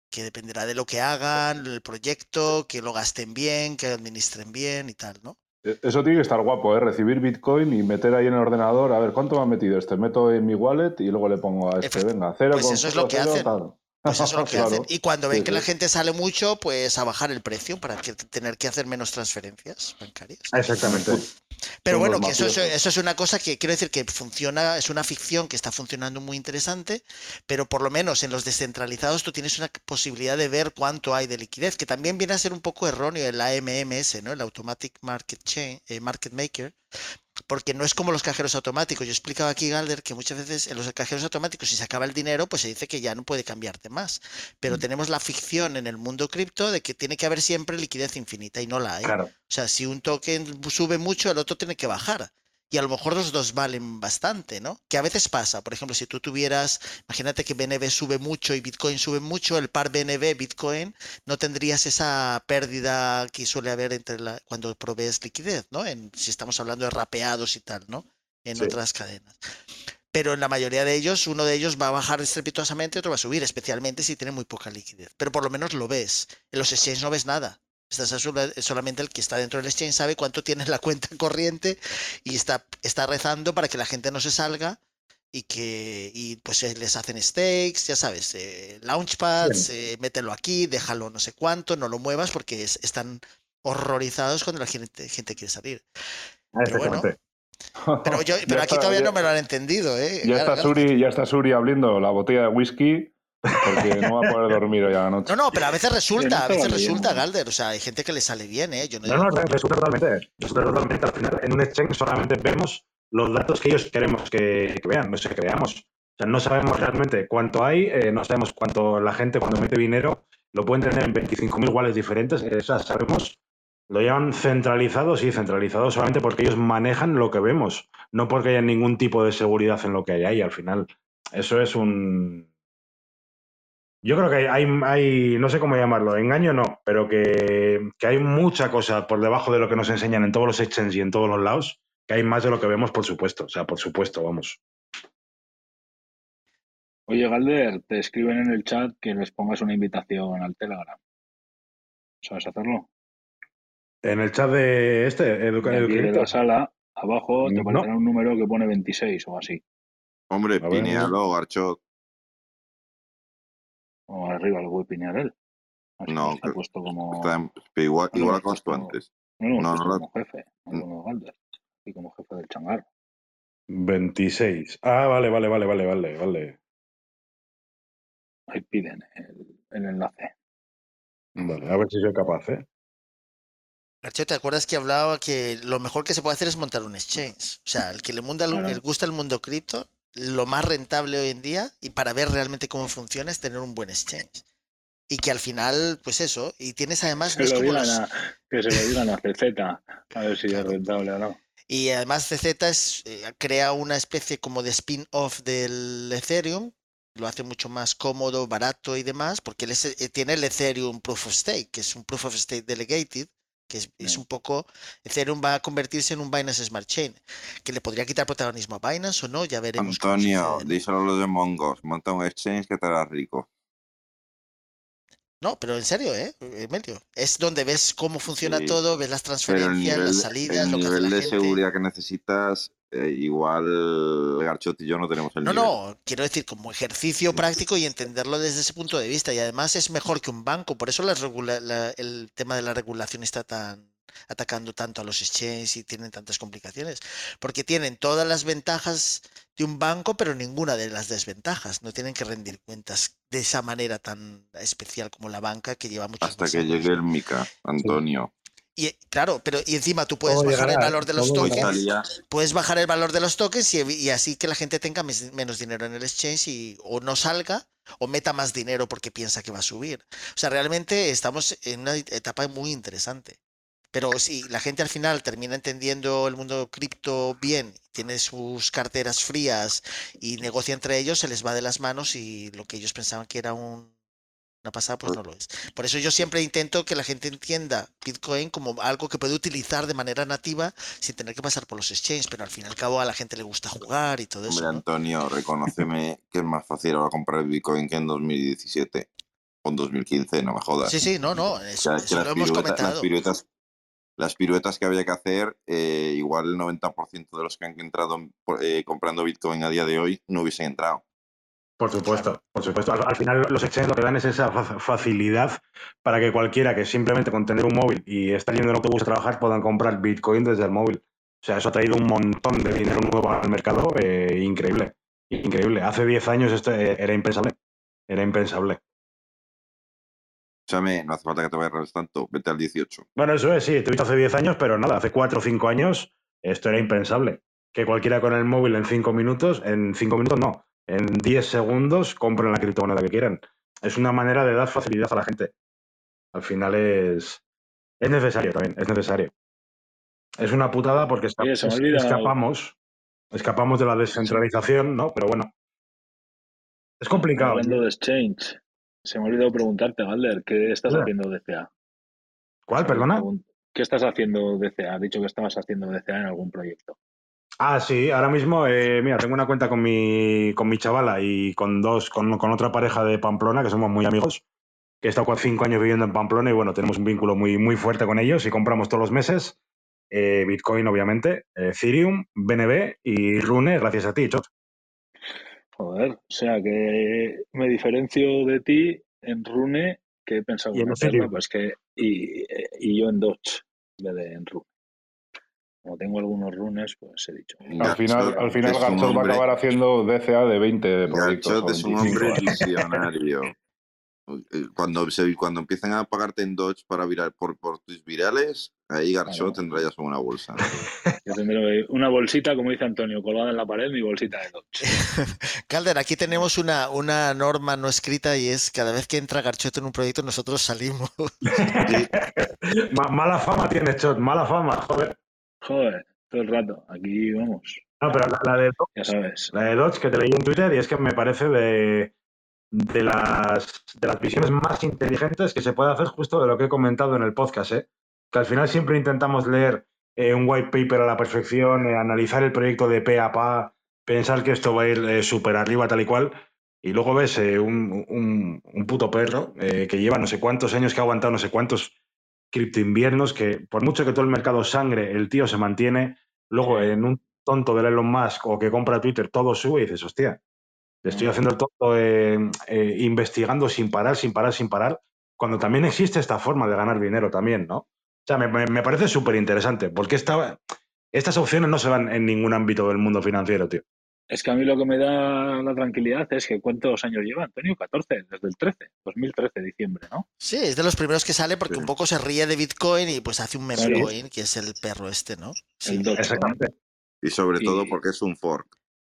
que dependerá de lo que hagan, el proyecto, que lo gasten bien, que administren bien y tal, ¿no? Eso tiene que estar guapo, ¿eh? Recibir Bitcoin y meter ahí en el ordenador, a ver, ¿cuánto me ha metido este? Meto en mi wallet y luego le pongo a este, Efect- venga, cero Pues con eso es lo que cero, hacen. tal. Pues eso es lo que hacen. Claro. Y cuando ven Sí, que la sí. gente sale mucho, pues a bajar el precio para que tener que hacer menos transferencias bancarias. Exactamente. Pero Son bueno, los que eso es, mafiosos. eso es una cosa que quiero decir que funciona, es una ficción que está funcionando muy interesante, pero por lo menos en los descentralizados tú tienes una posibilidad de ver cuánto hay de liquidez, que también viene a ser un poco erróneo el A M M S, ¿no? El Automatic Market Chain, eh, Market Maker, porque no es como los cajeros automáticos. Yo explicaba aquí, Galder, que muchas veces en los cajeros automáticos, si se acaba el dinero, pues se dice que ya no puede cambiarte más. Pero Mm. tenemos la ficción en el mundo cripto de que tiene que haber siempre liquidez infinita y no la hay. Claro. O sea, si un token sube mucho, el otro tiene que bajar. Y a lo mejor los dos valen bastante, ¿no? Que a veces pasa. Por ejemplo, si tú tuvieras, imagínate que B N B sube mucho y Bitcoin sube mucho, el par B N B-Bitcoin, no tendrías esa pérdida que suele haber entre la, cuando provees liquidez, ¿no? En, si estamos hablando de rapeados y tal, ¿no? En Sí. otras cadenas. Pero en la mayoría de ellos, uno de ellos va a bajar estrepitosamente, otro va a subir, especialmente si tiene muy poca liquidez. Pero por lo menos lo ves. En los exchanges no ves nada. Estás a sola- solamente el que está dentro del exchange sabe cuánto tiene en la cuenta corriente y está, está rezando para que la gente no se salga y que y pues eh, les hacen stakes, ya sabes, eh, launchpads, eh, mételo aquí, déjalo no sé cuánto, no lo muevas porque es- están horrorizados cuando la gente, gente quiere salir. Pero bueno, Exactamente. pero yo, Ya pero aquí está, todavía ya- no me lo han entendido, ¿eh? Ya está Gar- Gar- Suri, ya está Suri abriendo la botella de whisky porque no va a poder dormir hoy a la noche. No, no, pero a veces resulta, a estaba veces leyendo. resulta, Galder. O sea, hay gente que le sale bien, ¿eh? Yo no No, digo no, que- resulta totalmente. Resulta totalmente. Al final, en un exchange solamente vemos los datos que ellos queremos que, que vean, no sé, que veamos. O sea, no sabemos realmente cuánto hay, eh, no sabemos cuánto la gente cuando mete dinero lo pueden tener en veinticinco mil wallets diferentes. Eh, o sea, sabemos, lo llaman centralizado, sí, centralizado solamente porque ellos manejan lo que vemos, no porque haya ningún tipo de seguridad en lo que hay ahí. Al final, eso es un... Yo creo que hay, hay, no sé cómo llamarlo, engaño no, pero que, que hay mucha cosa por debajo de lo que nos enseñan en todos los exchanges y en todos los lados, que hay más de lo que vemos, por supuesto. O sea, por supuesto, vamos. Oye, Galder, te escriben en el chat que les pongas una invitación al Telegram. ¿Sabes hacerlo? En el chat de este, Educa, De aquí de Educripto, la sala, abajo te no, aparecerá un número que pone veintiséis o así. Hombre, A ver. pinealo, Garchot. O arriba lo voy a pinear él. Así No, que está que puesto como. está en- pero igual, No lo igual hemos acabas tú puesto, antes. no lo hemos No, puesto no lo- como jefe, no como Galder. Y como jefe del changarro. veintiséis. Ah, vale, vale, vale, vale, vale, vale. Ahí piden el, el enlace. Vale, a ver si soy capaz, ¿eh? Garcho, ¿te acuerdas que hablaba que lo mejor que se puede hacer es montar un exchange? O sea, el que le, munda, Claro. le gusta el mundo cripto, lo más rentable hoy en día y para ver realmente cómo funciona es tener un buen exchange. Y que al final, pues eso, y tienes además, Que, no es lo como digan los... a, que se lo digan a C Z, a ver si Claro. es rentable o no. Y además C Z es, eh, crea una especie como de spin-off del Ethereum, lo hace mucho más cómodo, barato y demás, porque él es- eh, tiene el Ethereum Proof of Stake, que es un Proof of Stake Delegated, que es, es Mm. un poco, Ethereum va a convertirse en un Binance Smart Chain, que le podría quitar protagonismo a Binance o no, ya veremos cómo Antonio, sucede, ¿no? díselo a los de Mongos. Monta un exchange que te harás rico. No, pero en serio, ¿eh, Emilio? Es donde ves cómo funciona Sí, todo, ves las Pero el transferencias, nivel, las el salidas, lo que hace nivel la de gente. seguridad que necesitas, eh, igual Garchot y yo no tenemos el No, nivel. no, quiero decir como ejercicio práctico y entenderlo desde ese punto de vista. Y además es mejor que un banco. Por eso las regula- la- el tema de la regulación está tan atacando tanto a los exchanges y tienen tantas complicaciones. Porque tienen todas las ventajas de un banco, pero ninguna de las desventajas. No tienen que rendir cuentas de esa manera tan especial como la banca que lleva muchos Hasta más que años. llegue el Mica, Antonio. Y claro, pero y encima tú puedes Todo bajar el llegará, valor de los todo Hoy llegará. tokens. salía, Puedes bajar el valor de los tokens y, evi- y así que la gente tenga mes- menos dinero en el exchange y o no salga o meta más dinero porque piensa que va a subir. O sea, realmente estamos en una etapa muy interesante. Pero si la gente al final termina entendiendo el mundo cripto bien, tiene sus carteras frías y negocia entre ellos, se les va de las manos y lo que ellos pensaban que era un, una pasada, pues no lo es. Por eso yo siempre intento que la gente entienda Bitcoin como algo que puede utilizar de manera nativa sin tener que pasar por los exchanges, pero al fin y al cabo a la gente le gusta jugar y todo hombre, eso, ¿no? Antonio, reconóceme que es más fácil ahora comprar Bitcoin que en dos mil diecisiete. O en dos mil quince, no me jodas. Sí, sí, no, no, eso, Que- eso que lo las, hemos piruetas, las comentado. piruetas las piruetas que había que hacer, eh, igual el noventa por ciento de los que han entrado eh, comprando Bitcoin a día de hoy no hubiesen entrado. Por supuesto, Claro. por supuesto. Al, al final los exchanges lo que dan es esa fa- facilidad para que cualquiera que simplemente con tener un móvil y estar yendo en autobús a trabajar puedan comprar Bitcoin desde el móvil. O sea, eso ha traído un montón de dinero nuevo al mercado, eh, increíble, increíble. Hace diez años esto eh, era impensable, era impensable. Escúchame, no hace falta que te vayas tanto, vete al dieciocho. Bueno, eso es, sí, te he visto hace diez años, pero nada, hace cuatro o cinco años esto era impensable. Que cualquiera con el móvil en cinco minutos, en cinco minutos no, en diez segundos compren la criptomoneda que quieran. Es una manera de dar facilidad a la gente. Al final es, es necesario también, es necesario. Es una putada porque esca- Oye, se me ha es- olvidado, escapamos, escapamos de la descentralización, ¿no? Pero bueno, es complicado. hablando de exchange, se me ha olvidado preguntarte, Galder, ¿qué estás ¿Cuál, haciendo D C A? Se me olvidó perdona? pregun- ¿Qué estás haciendo D C A? Has dicho que estabas haciendo D C A en algún proyecto. Ah, sí, ahora mismo, eh, mira, tengo una cuenta con mi, con mi chavala y con dos, con, con otra pareja de Pamplona, que somos muy amigos, que he estado cuatro, cinco años viviendo en Pamplona y bueno, tenemos un vínculo muy, muy fuerte con ellos y compramos todos los meses eh, Bitcoin, obviamente, eh, Ethereum, B N B y Rune, gracias a ti, Chot. Joder, o sea que me diferencio de ti en Rune, que he pensado Y en en hacerla, Ethereum. pues que, y, y yo en Dodge, en vez de en Rune. Como tengo algunos runes, pues he dicho. Al final, Garchot al final es un Garchot va a hombre, acabar haciendo D C A de veinte de proyectos Garchot o es un veinticinco. hombre ¿eh? visionario. Cuando, se, cuando empiecen a pagarte en Dodge para virar, por, por tus virales, ahí Garchot Claro. tendrá ya una bolsa. Yo tendré una bolsita, como dice Antonio, colgada en la pared, mi bolsita de Dodge. Calder, aquí tenemos una, una norma no escrita y es cada vez que entra Garchote en un proyecto nosotros salimos. Sí, Ma- mala fama tiene Chot, mala fama, joder. Joder, todo el rato. Aquí vamos. No, pero la, la de Dodge, Ya sabes. la de Dodge que te leí en Twitter y es que me parece de, de, las, de las visiones más inteligentes que se puede hacer justo de lo que he comentado en el podcast, ¿eh? Que al final siempre intentamos leer eh, un white paper a la perfección, eh, analizar el proyecto de pe a pa, pensar que esto va a ir eh, súper arriba tal y cual, y luego ves eh, un, un, un puto perro eh, que lleva no sé cuántos años, que ha aguantado no sé cuántos criptoinviernos, que por mucho que todo el mercado sangre, el tío se mantiene, luego Sí. en un tonto del Elon Musk o que compra Twitter, todo sube y dices, hostia, estoy haciendo el tonto eh, eh, investigando sin parar, sin parar, sin parar, cuando también existe esta forma de ganar dinero también, ¿no? O sea, me, me, me parece súper interesante, porque esta, estas opciones no se van en ningún ámbito del mundo financiero, tío. Es que a mí lo que me da la tranquilidad es que ¿cuántos años lleva Antonio? catorce, desde el trece, dos mil trece, diciembre, ¿no? Sí, es de los primeros que sale porque Sí. un poco se ríe de Bitcoin y pues hace un meme Claro. coin, que es el perro este, ¿no? Sí. El Dogecoin. Exactamente. y sobre Y- todo porque es un fork.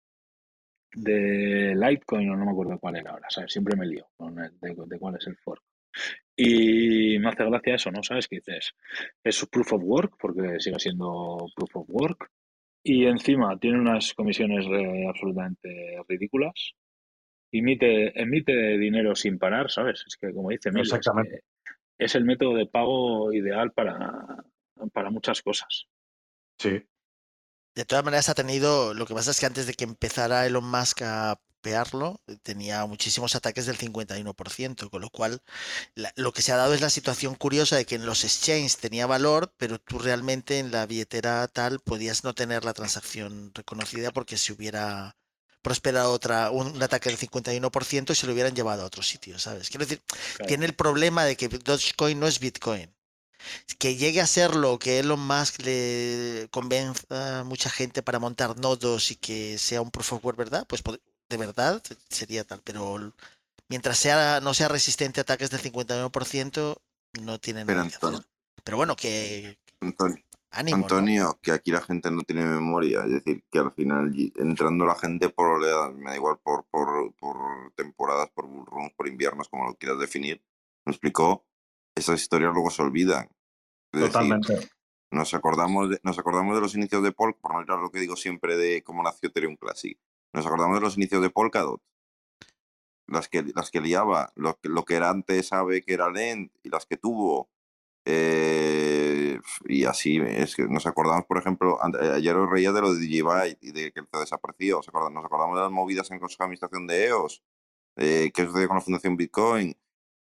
De Litecoin, o no me acuerdo cuál era ahora, ¿sabes? Siempre me lío con el- de, de cuál es el fork. Y me hace gracia eso, ¿no? ¿Sabes qué dices? Es proof of work, porque sigue siendo proof of work. Y encima tiene unas comisiones eh, absolutamente ridículas. Emite, emite dinero sin parar, ¿sabes? Es que, como dice Emilio, es Exactamente. que es el método de pago ideal para, para muchas cosas. Sí. De todas maneras ha tenido, lo que pasa es que antes de que empezara Elon Musk a pearlo, tenía muchísimos ataques del cincuenta y uno por ciento, con lo cual la- lo que se ha dado es la situación curiosa de que en los exchanges tenía valor, pero tú realmente en la billetera tal podías no tener la transacción reconocida porque si hubiera prosperado otra, un, un ataque del cincuenta y uno por ciento y se lo hubieran llevado a otro sitio, ¿sabes? Quiero decir, Claro. tiene el problema de que Dogecoin no es Bitcoin. Que llegue a serlo, que Elon Musk le convenza a mucha gente para montar nodos y que sea un proof of work, ¿verdad? Pues pod- de verdad sería tal, pero l- mientras sea no sea resistente a ataques del cincuenta y uno por ciento, no tiene Pero nada que hacer. Antonio, Pero bueno, que Antonio, ánimo, ¿no? Antonio, que aquí la gente no tiene memoria, es decir, que al final y- entrando la gente por oleadas, me da igual por, por, por temporadas, por bull runs, por inviernos, como lo quieras definir, me explicó, esas historias luego se olvidan. Es decir, Totalmente. nos acordamos, de, nos acordamos de los inicios de Polkadot, por no ir a lo que digo siempre de cómo nació Ethereum Classic, nos acordamos de los inicios de Polkadot, las que, las que liaba, lo, que- lo que era antes Aave, que era Lend, y las que tuvo. Eh, y así, es que nos acordamos, por ejemplo, an- eh, ayer os reía de lo de Digibyte y de que el desapareció. ¿Os acordamos? Nos acordamos de las movidas en consejo de administración de E O S, eh, qué sucedió con la Fundación Bitcoin.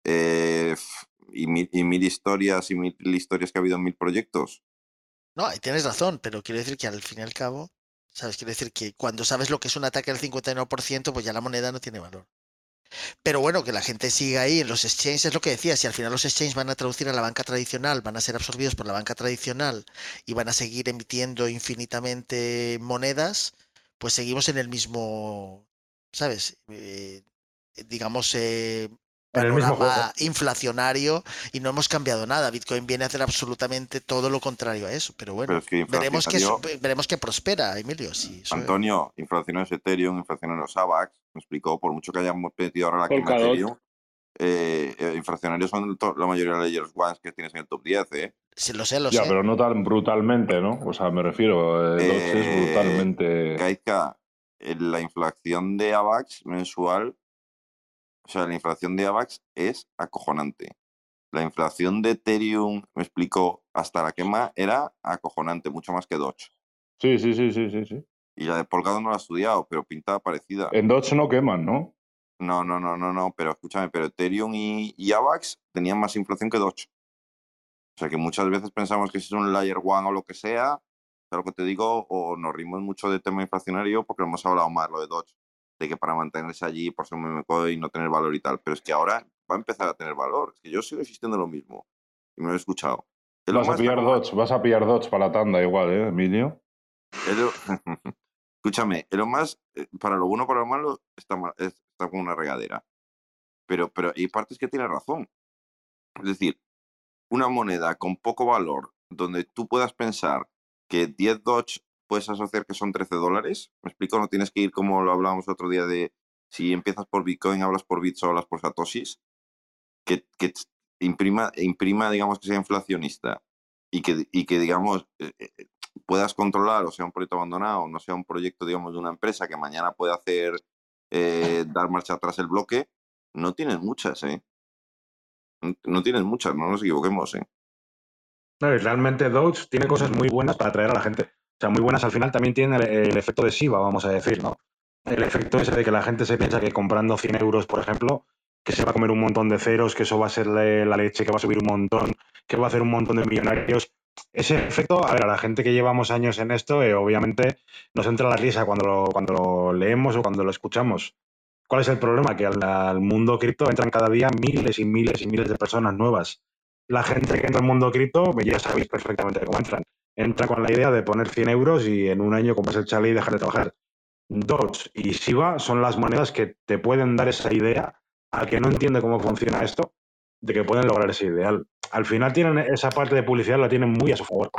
Eh, y, mil, y mil historias y mil historias que ha habido en mil proyectos. No, y tienes razón, pero quiero decir que al fin y al cabo, ¿sabes? Quiero decir que cuando sabes lo que es un ataque al cincuenta y nueve por ciento, pues ya la moneda no tiene valor. Pero bueno, que la gente siga ahí en los exchanges, es lo que decía, si al final los exchanges van a traducir a la banca tradicional, van a ser absorbidos por la banca tradicional y van a seguir emitiendo infinitamente monedas, pues seguimos en el mismo, ¿sabes? Eh, digamos, eh, En el mismo juego. panorama inflacionario y no hemos cambiado nada. Bitcoin viene a hacer absolutamente todo lo contrario a eso, pero bueno, Pero es que veremos que, inflacionario, veremos que prospera, Emilio. Sí, eso es. Antonio, inflacionarios Ethereum, inflacionarios AVAX, me explicó, por mucho que hayamos metido ahora la quema Polkadot. Ethereum, eh, eh, inflacionarios son to- la mayoría de las layers ones que tienes en el top diez, ¿eh? Sí, lo sé, lo Ya, sé. pero no tan brutalmente, ¿no? O sea, me refiero, eh, Doge es Eh, brutalmente... Kaizka, eh, la inflación de AVAX mensual, o sea, la inflación de AVAX es acojonante. La inflación de Ethereum, me explicó, hasta la quema era acojonante, mucho más que Doge. Sí, sí, sí, sí, sí, sí. Y la de Polkadot no la he estudiado, pero pinta parecida. En Doge no queman, ¿no? No, no, no, no, no, pero escúchame, pero Ethereum y, y AVAX tenían más inflación que Doge. O sea que muchas veces pensamos que si es un layer one o lo que sea, ¿sabes lo que te digo? O nos rimos mucho del tema inflacionario porque lo hemos hablado más, lo de Doge, de que para mantenerse allí, por ser un meme coin, no tener valor y tal. Pero es que ahora va a empezar a tener valor. Es que yo sigo existiendo lo mismo. Y me lo he escuchado. Elon Vas a Musk pillar está como- Doge, vas a pillar Doge para la tanda igual, ¿eh, Emilio? Elon- Escúchame, Elon Musk, eh, para lo bueno o para lo malo, está, ma- es- está como una regadera. Pero, pero hay partes que tiene razón. Es decir, una moneda con poco valor, donde tú puedas pensar que diez Doge puedes asociar que son trece dólares, ¿me explico? No tienes que ir como lo hablábamos otro día de si empiezas por Bitcoin, hablas por bits o hablas por satoshis, que, que imprima, imprima, digamos, que sea inflacionista y que, y que digamos, eh, eh, puedas controlar o sea un proyecto abandonado, no sea un proyecto, digamos, de una empresa que mañana puede hacer, eh, dar marcha atrás el bloque, no tienes muchas, ¿eh? No, no tienes muchas, no nos equivoquemos, ¿eh? No, y realmente Doge tiene cosas muy buenas para atraer a la gente. O sea, muy buenas al final también tiene el, el efecto de Shiba, vamos a decir, ¿no? El efecto ese de que la gente se piensa que comprando cien euros, por ejemplo, que se va a comer un montón de ceros, que eso va a ser la, la leche, que va a subir un montón, que va a hacer un montón de millonarios. Ese efecto, a ver, a la gente que llevamos años en esto, eh, obviamente nos entra la risa cuando lo, cuando lo leemos o cuando lo escuchamos. ¿Cuál es el problema? Que al, al mundo cripto entran cada día miles y miles y miles de personas nuevas. La gente que entra al mundo cripto, ya sabéis perfectamente cómo entran. Entra con la idea de poner cien euros y en un año compras el chalet y dejar de trabajar. Doge y Shiba son las monedas que te pueden dar esa idea al que no entiende cómo funciona esto, de que pueden lograr ese ideal. Al final tienen esa parte de publicidad, la tienen muy a su favor.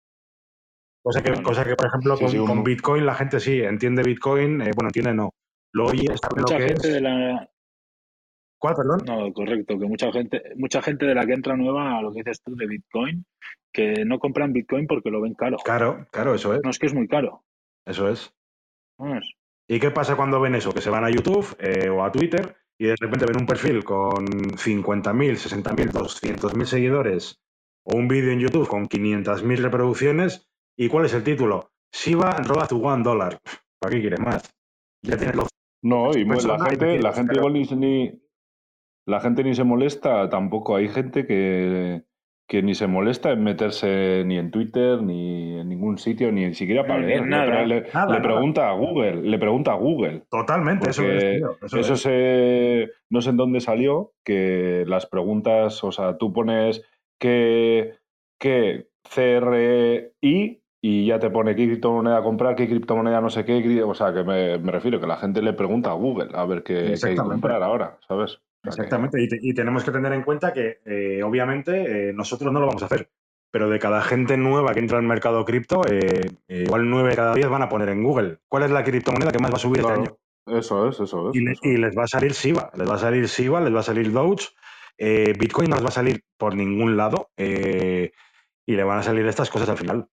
Cosa que, Bueno, cosa que por ejemplo, sí, con, sí, un- con Bitcoin la gente sí entiende Bitcoin, eh, bueno, entiende no. Lo oye, sabe lo Mucha que gente es. de la. ¿Cuál, perdón? No, correcto, que mucha gente, mucha gente de la que entra nueva a lo que dices tú de Bitcoin, que no compran Bitcoin porque lo ven caro. Claro, claro, eso es. No es que es muy caro. Eso es. ¿Sabes? ¿Y qué pasa cuando ven eso? Que se van a YouTube eh, o a Twitter y de repente ven un perfil con cincuenta mil, sesenta mil, doscientos mil seguidores o un vídeo en YouTube con quinientas mil reproducciones. ¿Y cuál es el título? Shiba roba tu one dollar. ¿Para qué quieres más? Ya tienes los No, y mu- la personas y gente, la metidos, gente pero- igual ni, se- ni la gente ni se molesta tampoco. Hay gente que, que ni se molesta en meterse ni en Twitter, ni en ningún sitio, ni siquiera No, para ni leer. en Le, pre- nada. le- Nada, le nada. pregunta a Google, le pregunta a Google. Totalmente, eso es, Porque tío. Eso, eso es. se, no sé en dónde salió, que las preguntas, o sea, tú pones que, que C R I y ya te pone qué criptomoneda comprar, qué criptomoneda no sé qué, cri- o sea, que me, me refiero que la gente le pregunta a Google a ver qué, qué hay que Exactamente. comprar ahora, ¿sabes? O sea, que- Exactamente, y, te- y tenemos que tener en cuenta que eh, obviamente eh, nosotros no lo vamos a hacer, pero de cada gente nueva que entra al mercado cripto, eh, eh, igual nueve de cada diez van a poner en Google cuál es la criptomoneda que más va a subir este año. Claro, eso es, eso es. Y, le- eso y es. les va a salir Shiba, les va a salir Shiba, les va a salir Doge, eh, Bitcoin no les va a salir por ningún lado eh, y le van a salir estas cosas al final.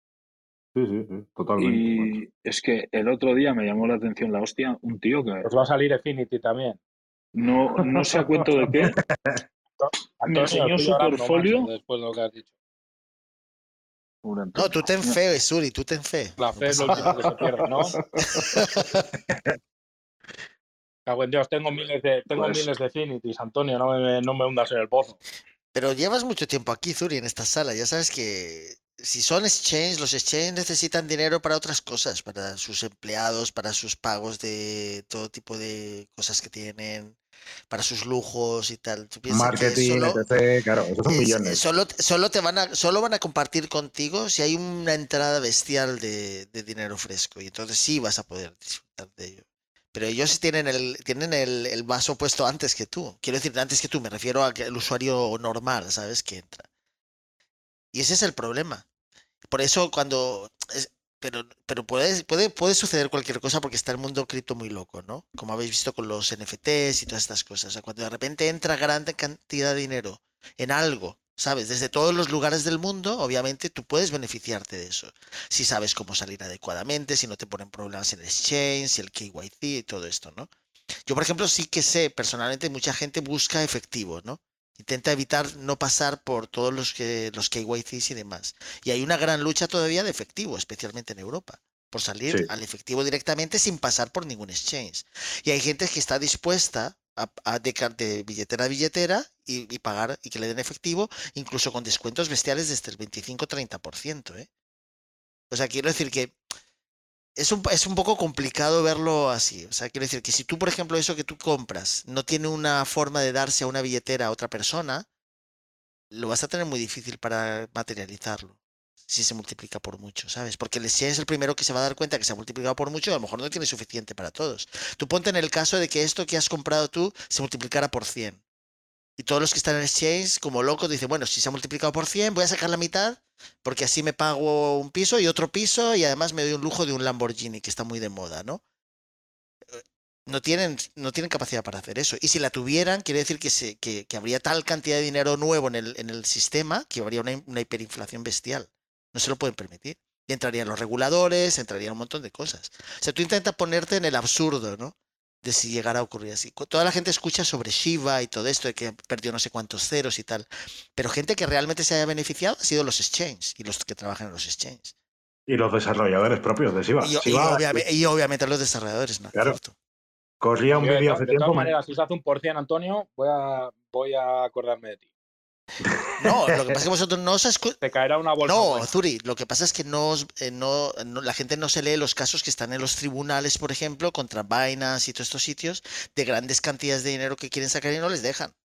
Sí, sí, sí, totalmente. macho. Y es que el otro día me llamó la atención la hostia, un tío que Os va a salir Affinity también. no, no sé a cuento de qué, me Antonio, enseñó estoy su llorando, portfolio. macho, después de lo que has dicho. No, tú ten fe, Suri, tú ten fe. La No fe es pasa lo nada. último que se pierde, ¿no? Cago en Dios, tengo miles de, tengo Pues- miles de Finities, Antonio, no me, no me hundas en el pozo. Pero llevas mucho tiempo aquí, Zuri, en esta sala. Ya sabes que si son exchange, los exchange necesitan dinero para otras cosas, para sus empleados, para sus pagos de todo tipo de cosas que tienen, para sus lujos y tal. Tú piensas que Marketing, solo, etcétera. Claro, esos son es- millones. solo, solo te van a, solo van a compartir contigo si hay una entrada bestial de, de dinero fresco. Y entonces sí vas a poder disfrutar de ello. Pero ellos tienen el, tienen el, el vaso puesto antes que tú. Quiero decir, antes que tú, me refiero al usuario normal, ¿sabes? Que entra. Y ese es el problema. Por eso cuando... es- pero pero puede, puede, puede suceder cualquier cosa porque está el mundo cripto muy loco, ¿no? Como habéis visto con los N F Ts y todas estas cosas. O sea, cuando de repente entra gran cantidad de dinero en algo, ¿sabes? Desde todos los lugares del mundo, obviamente tú puedes beneficiarte de eso. Si sabes cómo salir adecuadamente, si no te ponen problemas en el exchange, si el K Y C y todo esto, ¿no? Yo, por ejemplo, sí que sé, personalmente, mucha gente busca efectivo, ¿no? Intenta evitar no pasar por todos los que los K Y Cs y demás. Y hay una gran lucha todavía de efectivo, especialmente en Europa, por salir Sí. al efectivo directamente sin pasar por ningún exchange. Y hay gente que está dispuesta a, a de, ca- de billetera a billetera y, y pagar y que le den efectivo, incluso con descuentos bestiales desde el veinticinco treinta por ciento, ¿eh? O sea, quiero decir que es un, es un poco complicado verlo así. O sea, quiero decir que si tú, por ejemplo, eso que tú compras no tiene una forma de darse a una billetera a otra persona, lo vas a tener muy difícil para materializarlo. Si se multiplica por mucho, ¿sabes? Porque el exchange es el primero que se va a dar cuenta que se ha multiplicado por mucho y a lo mejor no tiene suficiente para todos. Tú ponte en el caso de que esto que has comprado tú se multiplicara por cien. Y todos los que están en el exchange, como locos, dicen, bueno, si se ha multiplicado por cien, voy a sacar la mitad, porque así me pago un piso y otro piso, y además me doy un lujo de un Lamborghini, que está muy de moda, ¿no? No tienen, no tienen capacidad para hacer eso. Y si la tuvieran, quiere decir que, se, que, que habría tal cantidad de dinero nuevo en el, en el sistema que habría una, una hiperinflación bestial. No se lo pueden permitir. Y entrarían los reguladores, entrarían un montón de cosas. O sea, tú intentas ponerte en el absurdo, ¿no? De si llegara a ocurrir así. Toda la gente escucha sobre Shiba y todo esto, de que perdió no sé cuántos ceros y tal. Pero gente que realmente se haya beneficiado ha sido los exchanges y los que trabajan en los exchanges. Y los desarrolladores propios de Siva. Y, y, Siva, obviamente, y obviamente los desarrolladores, ¿no? claro, Cierto. corría un Yo, de, vídeo to- hace de todas tiempo. me- maneras, si se hace un por cien, Antonio, voy a, voy a acordarme de ti. No, lo que pasa es que vosotros no os escu- Te caerá una bolsa No, buena. Zuri, lo que pasa es que no, os- eh, no, no- la gente no se lee los casos que están en los tribunales, por ejemplo, contra Binance y todos estos sitios, de grandes cantidades de dinero que quieren sacar y no les dejan.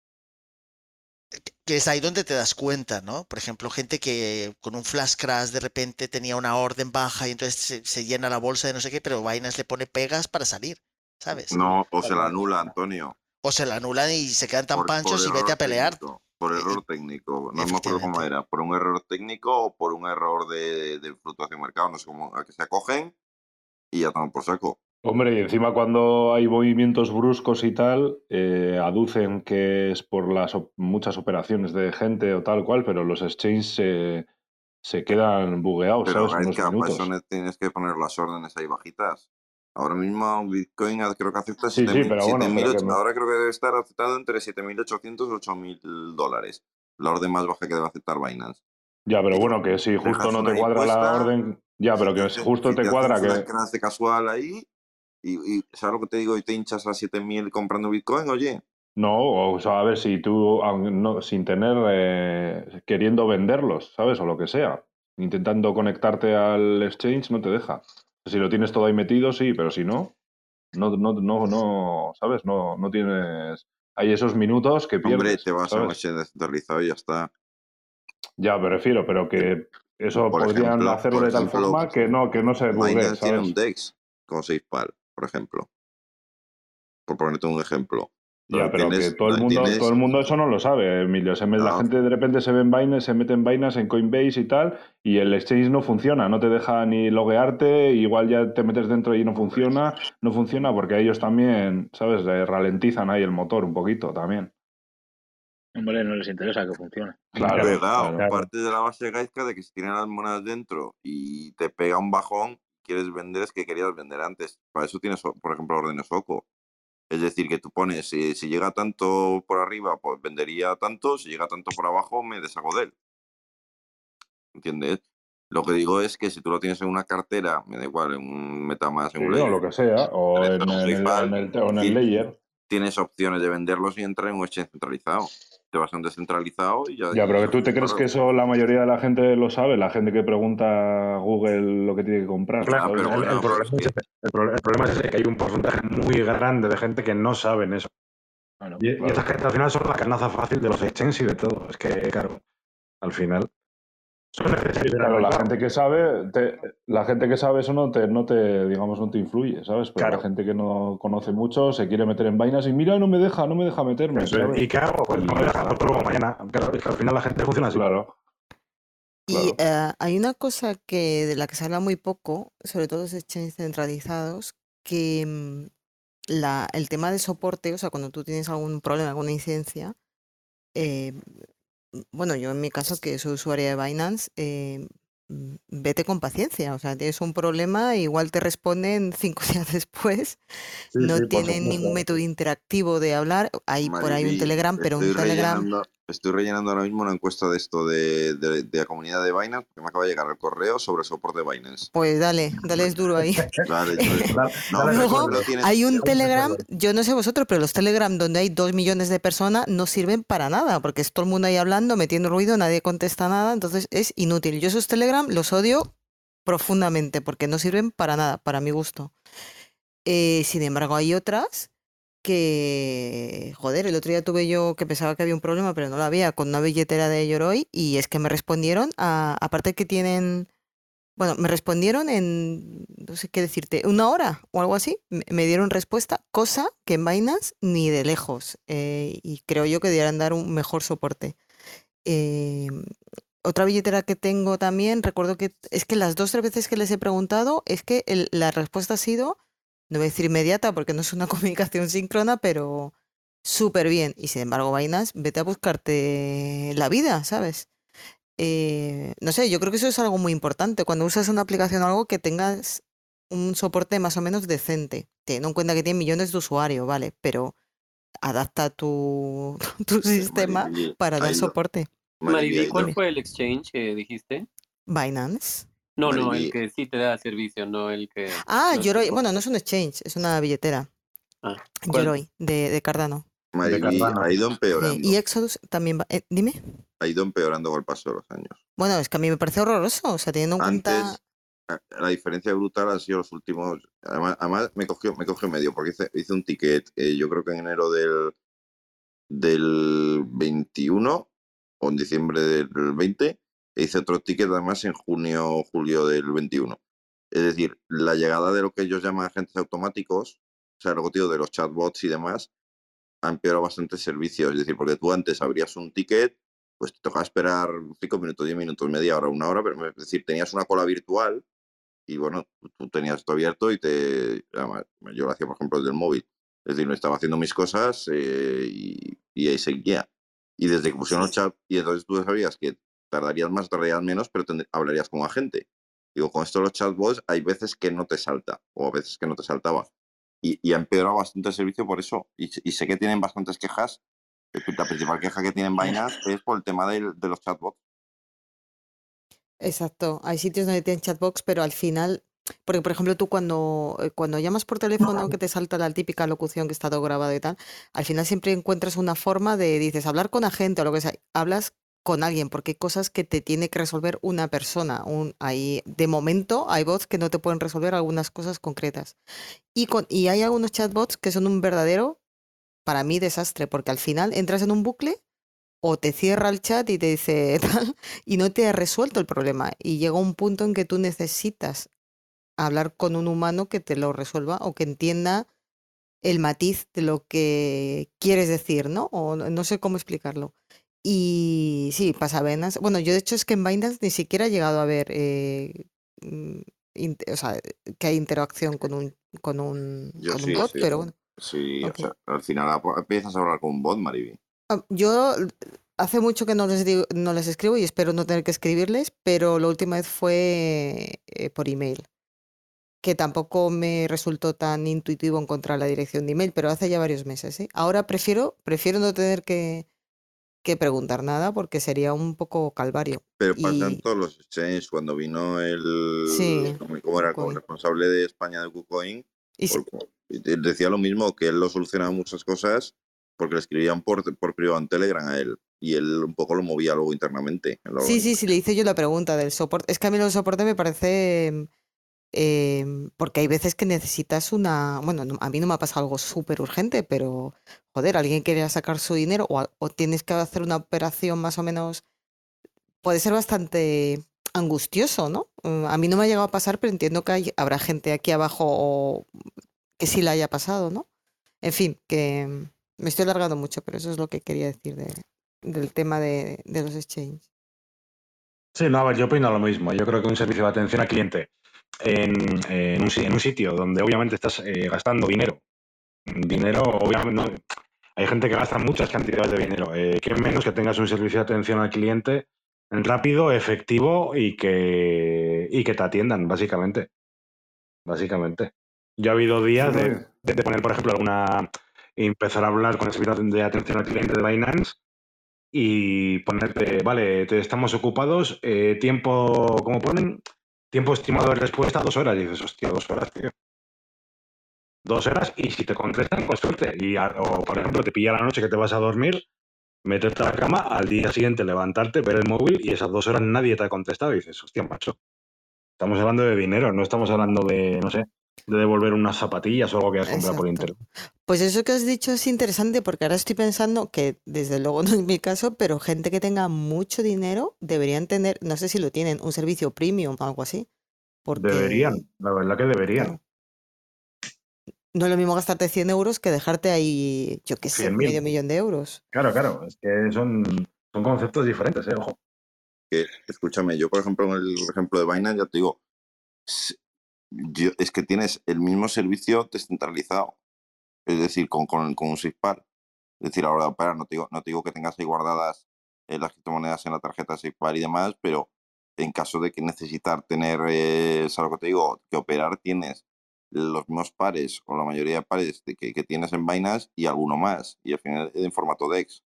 Que es ahí donde te das cuenta, ¿no? Por ejemplo, gente que con un flash crash de repente tenía una orden baja y entonces se, se llena la bolsa de no sé qué, pero Binance le pone pegas para salir, ¿sabes? No, o se la anula, Antonio. O se la anulan y se quedan tan Por, por panchos y vete error a pelear. técnico. Por Eh, error técnico. No me acuerdo efectivamente. cómo era. Por un error técnico o por un error de, de fluctuación de mercado. No sé cómo, a que se acogen y ya toman por saco. Hombre, y encima cuando hay movimientos bruscos y tal, eh, aducen que es por las op- muchas operaciones de gente o tal cual, pero los exchanges se, se quedan bugueados, Pero ¿sabes? Unos Gaizka, para eso minutos. ne- tienes que poner las órdenes ahí bajitas. Ahora mismo Bitcoin creo que acepta Sí, sí, siete mil, pero bueno, siete mil pero que ocho- me- ahora creo que debe estar aceptado entre siete mil ochocientos y ocho mil dólares. La orden más baja que debe aceptar Binance. Ya, pero Y tú bueno, que si justo dejas no te una cuadra la encuesta, orden, ya, si pero te, que si justo si te te hacen cuadra flash que... crash de casual ahí, y, y ¿sabes lo que te digo? Y te hinchas a siete mil comprando Bitcoin, oye. No, o sea, a ver, si tú, aun no- sin tener, eh, queriendo venderlos, ¿sabes? O lo que sea, intentando conectarte al exchange, no te deja. Si lo tienes todo ahí metido, sí, pero si no, no, no, no, no, ¿sabes? No, no tienes... Hay esos minutos que Hombre, pierdes, te vas a un ¿sabes? exchange descentralizado y ya está. Ya, me refiero, pero que eso Por podrían ejemplo, hacerlo por de tal ejemplo, forma que no, que no se bugue, Binance tiene un ¿sabes? DEX con SafePal, por ejemplo. Por ponerte un ejemplo. Ya, Donde pero que tienes, todo el donde mundo, todo tienes, el mundo eso no lo sabe, Emilio. Se me- la no, gente de repente se ve en Binance, se mete en Binance, en Coinbase y tal, y el exchange no funciona, no te deja ni loguearte, igual ya te metes dentro y no funciona, no funciona porque ellos también, ¿sabes? Le ralentizan ahí el motor un poquito también. Hombre, no les interesa que funcione. Claro, cuidado, claro. parte de la base Gaizka de que si tienen las monedas dentro y te pega un bajón, quieres vender es que querías vender antes. Para eso tienes, por ejemplo, órdenes Oco. Es decir, que tú pones, si, si llega tanto por arriba, pues vendería tanto, si llega tanto por abajo, me deshago de él. ¿Entiendes? Lo que digo es que si tú lo tienes en una cartera, me da igual, en un MetaMask, en Sí, un o Ledger, lo que sea, o en, en un en el, PayPal, en el, o en el ti- layer. tienes opciones de venderlos y entrar en un exchange centralizado. Te vas a un descentralizado y ya... Ya, y pero que ya tú te crees claro. que eso la mayoría de la gente lo sabe, la gente que pregunta a Google lo que tiene que comprar. Claro, Ah, ¿sabes? pero el, el bueno, pero problema es es que... ese, el, pro- el problema es ese, que hay un porcentaje muy grande de gente que no saben eso. Bueno, Y, y Claro. esa gente al final son la carnaza fácil de los exchanges y de todo. Es que, claro, al final son necesarios. Claro, la gente que sabe, te- la gente que sabe eso no te, no te, digamos, no te influye, ¿sabes? Pero Claro. la gente que no conoce mucho se quiere meter en vainas y mira, no me deja, no me deja meterme, Eso es. ¿sabes? ¿Y qué hago? Pues no me dejan, lo pruebo mañana. Claro, es que al final la gente funciona así. Claro, Y claro. eh, hay una cosa que de la que se habla muy poco, sobre todo los exchanges centralizados, que mm, la, el tema de soporte, o sea, cuando tú tienes algún problema, alguna incidencia, eh, m- bueno, yo en mi caso, que soy usuaria de Binance, eh, mm, vete con paciencia, o sea, tienes un problema, igual te responden cinco días después, Sí, no sí, por tienen ningún supuesto. método interactivo de hablar, hay por ahí un Mariví, Telegram, pero un estoy Telegram, rellenando, estoy rellenando ahora mismo una encuesta de esto de, de- de la comunidad de Binance, porque me acaba de llegar el correo sobre soporte de Binance. pues dale, dale es duro ahí. Vale, yo eso. Dale, No, dale pero Luego siempre recuerdo. lo tienes. hay un Dale Telegram, recuerdo. yo no sé vosotros, pero los Telegram donde hay dos millones de personas no sirven para nada, porque es todo el mundo ahí hablando, metiendo ruido, nadie contesta nada, entonces es inútil. Yo esos Telegram los odio profundamente porque no sirven para nada, para mi gusto. Eh, sin embargo, hay otras que, joder, el otro día tuve yo que pensaba que había un problema, pero no lo había, con una billetera de Yoroi, y es que me respondieron, a, aparte que tienen... Bueno, me respondieron en, no sé qué decirte, una hora o algo así. Me, me dieron respuesta, cosa que en Binance ni de lejos. Eh, y creo yo que deberían dar un mejor soporte. Eh, otra billetera que tengo también, recuerdo que es que las dos tres veces que les he preguntado, es que el- la respuesta ha sido, no voy a decir inmediata porque no es una comunicación síncrona, pero súper bien. Y sin embargo, Binance, vete a buscarte la vida, ¿sabes? Eh, no sé, yo creo que eso es algo muy importante. Cuando usas una aplicación o algo, que tengas un soporte más o menos decente. Teniendo en cuenta que tiene millones de usuarios, ¿vale? Pero adapta tu, tu sistema Mariví, para dar ahí lo- soporte. Mariví, Mariví, ahí ¿cuál lo- fue el exchange que dijiste? Binance. No, no, el Mariví, que sí te da servicio, no el que Ah, no es Yoroi. soporte. Bueno, no es un exchange, es una billetera. Ah, ¿cuál? Yoroi, de, de Cardano. De Mariví Cardano. ha ido Sí, empeorando. y Exodus también va. eh, dime. Ha ido empeorando con el paso de los años. Bueno, es que a mí me parece horroroso. O sea, teniendo en cuenta. Antes, a- la diferencia brutal ha sido los últimos. Además, además me cogió, me cogió medio, porque hice, hice un ticket, eh, yo creo que en enero del, del veintiuno o en diciembre del veinte. E hice otro ticket además en junio o julio del veintiuno. Es decir, la llegada de lo que ellos llaman agentes automáticos, o sea, luego tío, de los chatbots y demás, ha empeorado bastante el servicio. Es decir, porque tú antes abrías un ticket, pues te tocaba esperar cinco minutos, diez minutos, media hora, una hora, pero es decir, tenías una cola virtual y bueno, tú tenías esto abierto y te... Además, yo lo hacía, por ejemplo, desde el móvil. Es decir, me estaba haciendo mis cosas eh, y, y ahí seguía. Y desde que pusieron los chat, y entonces tú sabías que tardarías más, tardarías menos, pero tend- hablarías con agente. Digo, con esto de los chatbots hay veces que no te salta, o a veces que no te saltaba. Y, y ha empeorado bastante el servicio por eso. Y, y sé que tienen bastantes quejas. La principal queja que tienen Binance es por el tema del- de los chatbots. Exacto, hay sitios donde tienen chatbox, pero al final, porque por ejemplo tú cuando, eh, cuando llamas por teléfono que te salta la típica locución que está todo grabado y tal, al final siempre encuentras una forma de, dices, hablar con agente o lo que sea, hablas con alguien, porque hay cosas que te tiene que resolver una persona. Un, hay, de momento hay bots que no te pueden resolver algunas cosas concretas. Y, con, y hay algunos chatbots que son un verdadero, para mí, desastre, porque al final entras en un bucle o te cierra el chat y te dice tal, y no te ha resuelto el problema. Y llega un punto en que tú necesitas hablar con un humano que te lo resuelva o que entienda el matiz de lo que quieres decir, ¿no? O no no sé cómo explicarlo. Y sí, pasa Binance. Bueno, yo de hecho es que en Binance ni siquiera he llegado a ver eh, mm, int- o sea, que hay interacción con un, con un, Yo con un sí, bot, sí. pero bueno, Sí, o ok. sea, al final ap- empiezas a hablar con un bot, Mariby. Ah, Yo hace mucho que no les digo- no les escribo y espero no tener que escribirles, pero la última vez fue eh, por email, que tampoco me resultó tan intuitivo encontrar la dirección de email, pero hace ya varios meses, ¿sí? Ahora prefiero, prefiero no tener que, que preguntar nada porque sería un poco calvario. Pero pasan Y todos los exchanges. Cuando vino el. sí, ¿Cómo cómo era? Como KuCoin. responsable de España de KuCoin, Y o si- el- y él decía lo mismo, que él lo solucionaba muchas cosas porque le escribían por, por privado en Telegram a él. Y él un poco lo movía luego internamente. en lo- sí, sí, sí, le hice yo la pregunta del soporte. Es que a mí el soporte me parece... em, porque hay veces que necesitas una... Bueno, no- a mí no me ha pasado algo súper urgente, pero, joder, alguien quiere sacar su dinero o, a- o tienes que hacer una operación más o menos... Puede ser bastante angustioso, ¿no? Mm, A mí no me ha llegado a pasar, pero entiendo que hay- habrá gente aquí abajo o que sí le haya pasado, ¿no? En fin, que mm, me estoy alargando mucho, pero eso es lo que quería decir de, del tema de, de los exchanges. Sí, no, a ver, yo opino lo mismo. Yo creo que un servicio de atención al cliente en, en un, si- en un sitio donde obviamente estás eh, gastando dinero, dinero, obviamente, no, hay gente que gasta muchas cantidades de dinero. Eh, qué menos que tengas un servicio de atención al cliente rápido, efectivo y que, y que te atiendan, básicamente. Básicamente. Yo ha habido días de, Hombre, de- de poner, por ejemplo, alguna. Empezar a hablar con el servicio de atención al cliente de Binance y ponerte, vale, te estamos ocupados, eh, tiempo, ¿cómo ponen? Tiempo estimado de respuesta, dos horas. Y dices, hostia, dos horas, tío. Dos horas y si te contestan, con suerte. Y, a- o, por ejemplo, te pilla la noche que te vas a dormir, meterte a la cama, al día siguiente levantarte, ver el móvil y esas dos horas nadie te ha contestado. Y dices, hostia, macho, estamos hablando de dinero, no estamos hablando de, no sé, de devolver unas zapatillas o algo que has comprado por Exacto. internet. Pues eso que has dicho es interesante porque ahora estoy pensando que, desde luego no es mi caso, pero gente que tenga mucho dinero deberían tener, no sé si lo tienen, un servicio premium o algo así. Deberían, Porque, la verdad que deberían. claro, no es lo mismo gastarte cien euros que dejarte ahí, yo qué sé, cien medio mil. millón de euros. Claro, claro, es que son, son conceptos diferentes, eh, ojo. que, escúchame, yo por ejemplo en el ejemplo de Binance ya te digo, s- yo- es que tienes el mismo servicio descentralizado, es decir, con, con, con un SafePal. Es decir, ahora opera, no te digo, no te digo que tengas ahí guardadas eh, las criptomonedas en la tarjeta SafePal y demás, pero en caso de que necesitar tener, eh, ¿sabes lo que te digo? Que operar tienes los mismos pares o la mayoría de pares de que, que tienes en Binance y alguno más, y al final en formato DEX.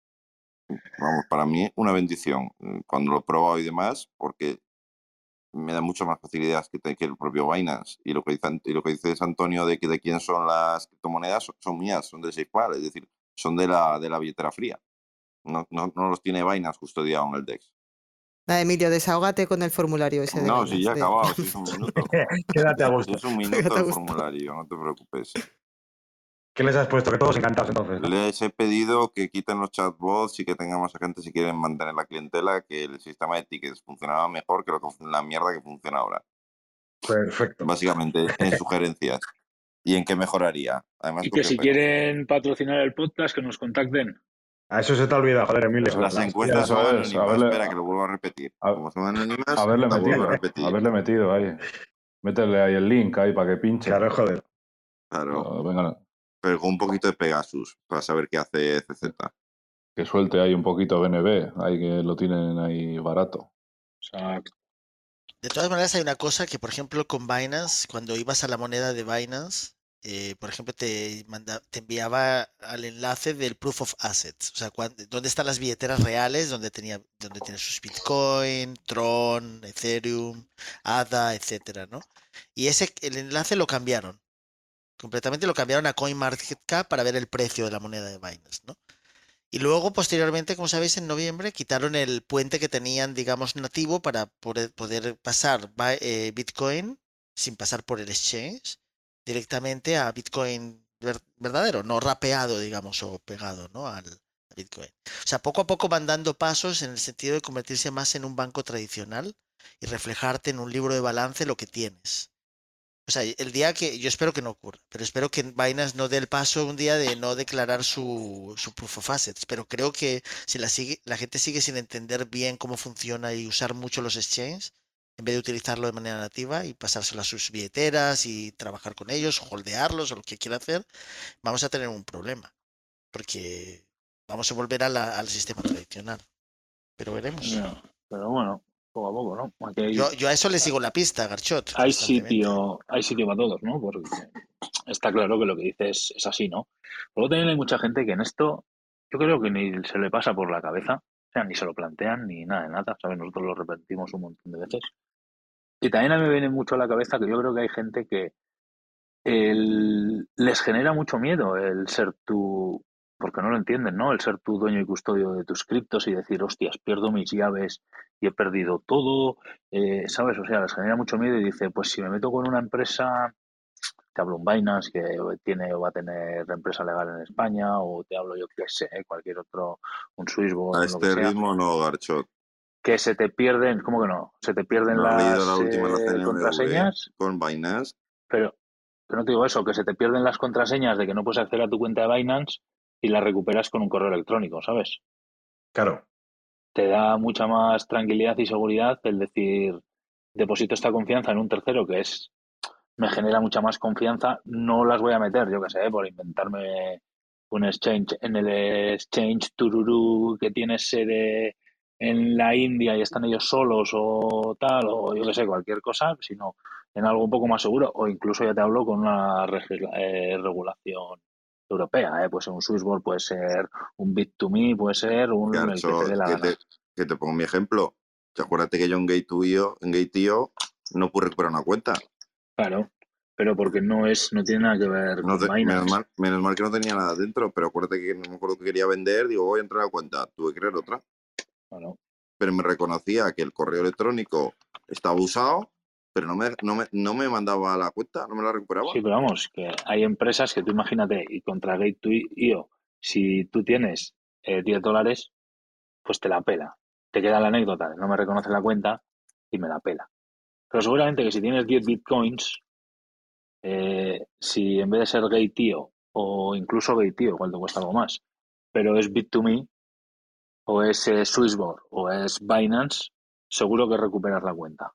Vamos, para mí una bendición mm, cuando lo he probado y demás, porque me da mucho más facilidades que, te- que el propio Binance. Y lo que dice, Ant- y lo que dices Antonio de que de quién son las criptomonedas son, son mías, son de SafePal, es decir, son de la, de la billetera fría. No, no, no los tiene Binance custodiado en el DEX. Nada, Emilio, desahógate con el formulario ese de No, si ya Binance. he De... acabado, si es un minuto. Quédate a Si gusto. es un Ya minuto te el gustó. formulario, no te preocupes. ¿Qué les has puesto? Que todos encantados entonces, ¿no? Les he pedido que quiten los chatbots y que tengan más gente si quieren mantener la clientela, que el sistema de tickets funcionaba mejor que lo que fun- la mierda que funciona ahora. Perfecto. Básicamente, en sugerencias. ¿Y en qué mejoraría? Además, Y que copio si pego. quieren patrocinar el podcast, que nos contacten. A eso se te ha olvidado, joder, Emilio. Las Las- encuestas eso son es, anónimas. haberle, Espera, que lo vuelvo a repetir. a- Como son anónimas, haberle la vuelvo a metido, repetir. haberle metido ahí. Métele ahí el link ahí para que pinche. Claro, joder. Claro, No, venga, pero con un poquito de Pegasus para saber qué hace C Z. que suelte ahí un poquito B N B, ahí que lo tienen ahí barato. Exacto. De todas maneras, hay una cosa que, por ejemplo, con Binance, cuando ibas a la moneda de Binance, eh, por ejemplo, te, manda, te enviaba al enlace del Proof of Assets, o sea, cuan- dónde están las billeteras reales, donde tenía, donde tiene sus Bitcoin, Tron, Ethereum, A D A, etcétera, ¿no? Y ese, el enlace lo cambiaron, completamente lo cambiaron a CoinMarketCap para ver el precio de la moneda de Binance, ¿no? Y luego, posteriormente, como sabéis, en noviembre quitaron el puente que tenían, digamos, nativo para poder, poder pasar Bi- eh, Bitcoin sin pasar por el exchange directamente a Bitcoin ver- verdadero, no rapeado, digamos, o pegado, ¿no? Al a Bitcoin. O sea, poco a poco van dando pasos en el sentido de convertirse más en un banco tradicional y reflejarte en un libro de balance lo que tienes. O sea, el día que, yo espero que no ocurra, pero espero que Binance no dé el paso un día de no declarar su, su proof of assets. Pero creo que si la, sigue, la gente sigue sin entender bien cómo funciona y usar mucho los exchanges, en vez de utilizarlo de manera nativa y pasárselo a sus billeteras y trabajar con ellos, holdearlos o lo que quiera hacer, vamos a tener un problema. Porque vamos a volver a la- al sistema tradicional. Pero veremos. Ya, pero bueno, poco a poco, ¿no? Aquí hay, Yo, yo a eso le sigo la pista, Garchot, hay constantemente. sitio, hay sitio para todos, ¿no? Porque está claro que lo que dices es así, ¿no? Luego también hay mucha gente que en esto yo creo que ni se le pasa por la cabeza, o sea, ni se lo plantean ni nada de nada, ¿sabes? Nosotros lo repetimos un montón de veces. Y también a mí me viene mucho a la cabeza que yo creo que hay gente que el- les genera mucho miedo el ser tú, porque no lo entienden, ¿no? El ser tú dueño y custodio de tus criptos y decir, hostias, pierdo mis llaves y he perdido todo, eh, ¿sabes? O sea, les genera mucho miedo y dice, pues si me meto con una empresa, te hablo un Binance que tiene o va a tener empresa legal en España, o te hablo yo qué sé, cualquier otro, un A Swissborn, lo que este sea, ritmo no, Garchot. que se te pierden, ¿cómo que no? Se te pierden ¿No has leído la las última en la eh, C N M V contraseñas, con Binance? pero, pero no te digo eso, que se te pierden las contraseñas de que no puedes acceder a tu cuenta de Binance y las recuperas con un correo electrónico, ¿sabes? Claro. Te da mucha más tranquilidad y seguridad el decir, deposito esta confianza en un tercero que es, me genera mucha más confianza, no las voy a meter, yo qué sé, por inventarme un exchange en el exchange Tururu que tiene sede en la India y están ellos solos o tal, o yo qué sé, cualquier cosa, sino en algo un poco más seguro, o incluso ya te hablo con una regla- eh, regulación europea, ¿eh? Puede ser un Swissborn, puede ser un Bit to Me, puede ser un el que te dé Garchot, la que gana. te, que te pongo mi ejemplo. Que acuérdate que yo en Gate.io en Gate.io no pude recuperar una cuenta. Claro, pero porque no es, no tiene nada que ver No con te- menos, Binance. mal, menos mal que no tenía nada dentro, pero acuérdate que no me acuerdo que quería vender, digo, voy a entrar a la cuenta, tuve que crear otra. Claro. Pero me reconocía que el correo electrónico estaba usado, pero no me, no me, no me mandaba la cuenta, no me la recuperaba. Sí, pero vamos, que hay empresas que tú imagínate, y contra Gate.io, si tú tienes eh, diez dólares, pues te la pela. Te queda la anécdota, de no me reconoce la cuenta y me la pela. Pero seguramente que si tienes diez bitcoins, eh, si en vez de ser Gate.io o incluso Gate.io, igual te cuesta algo más, pero es Bit2Me o es eh, Swissborn o es Binance, seguro que recuperas la cuenta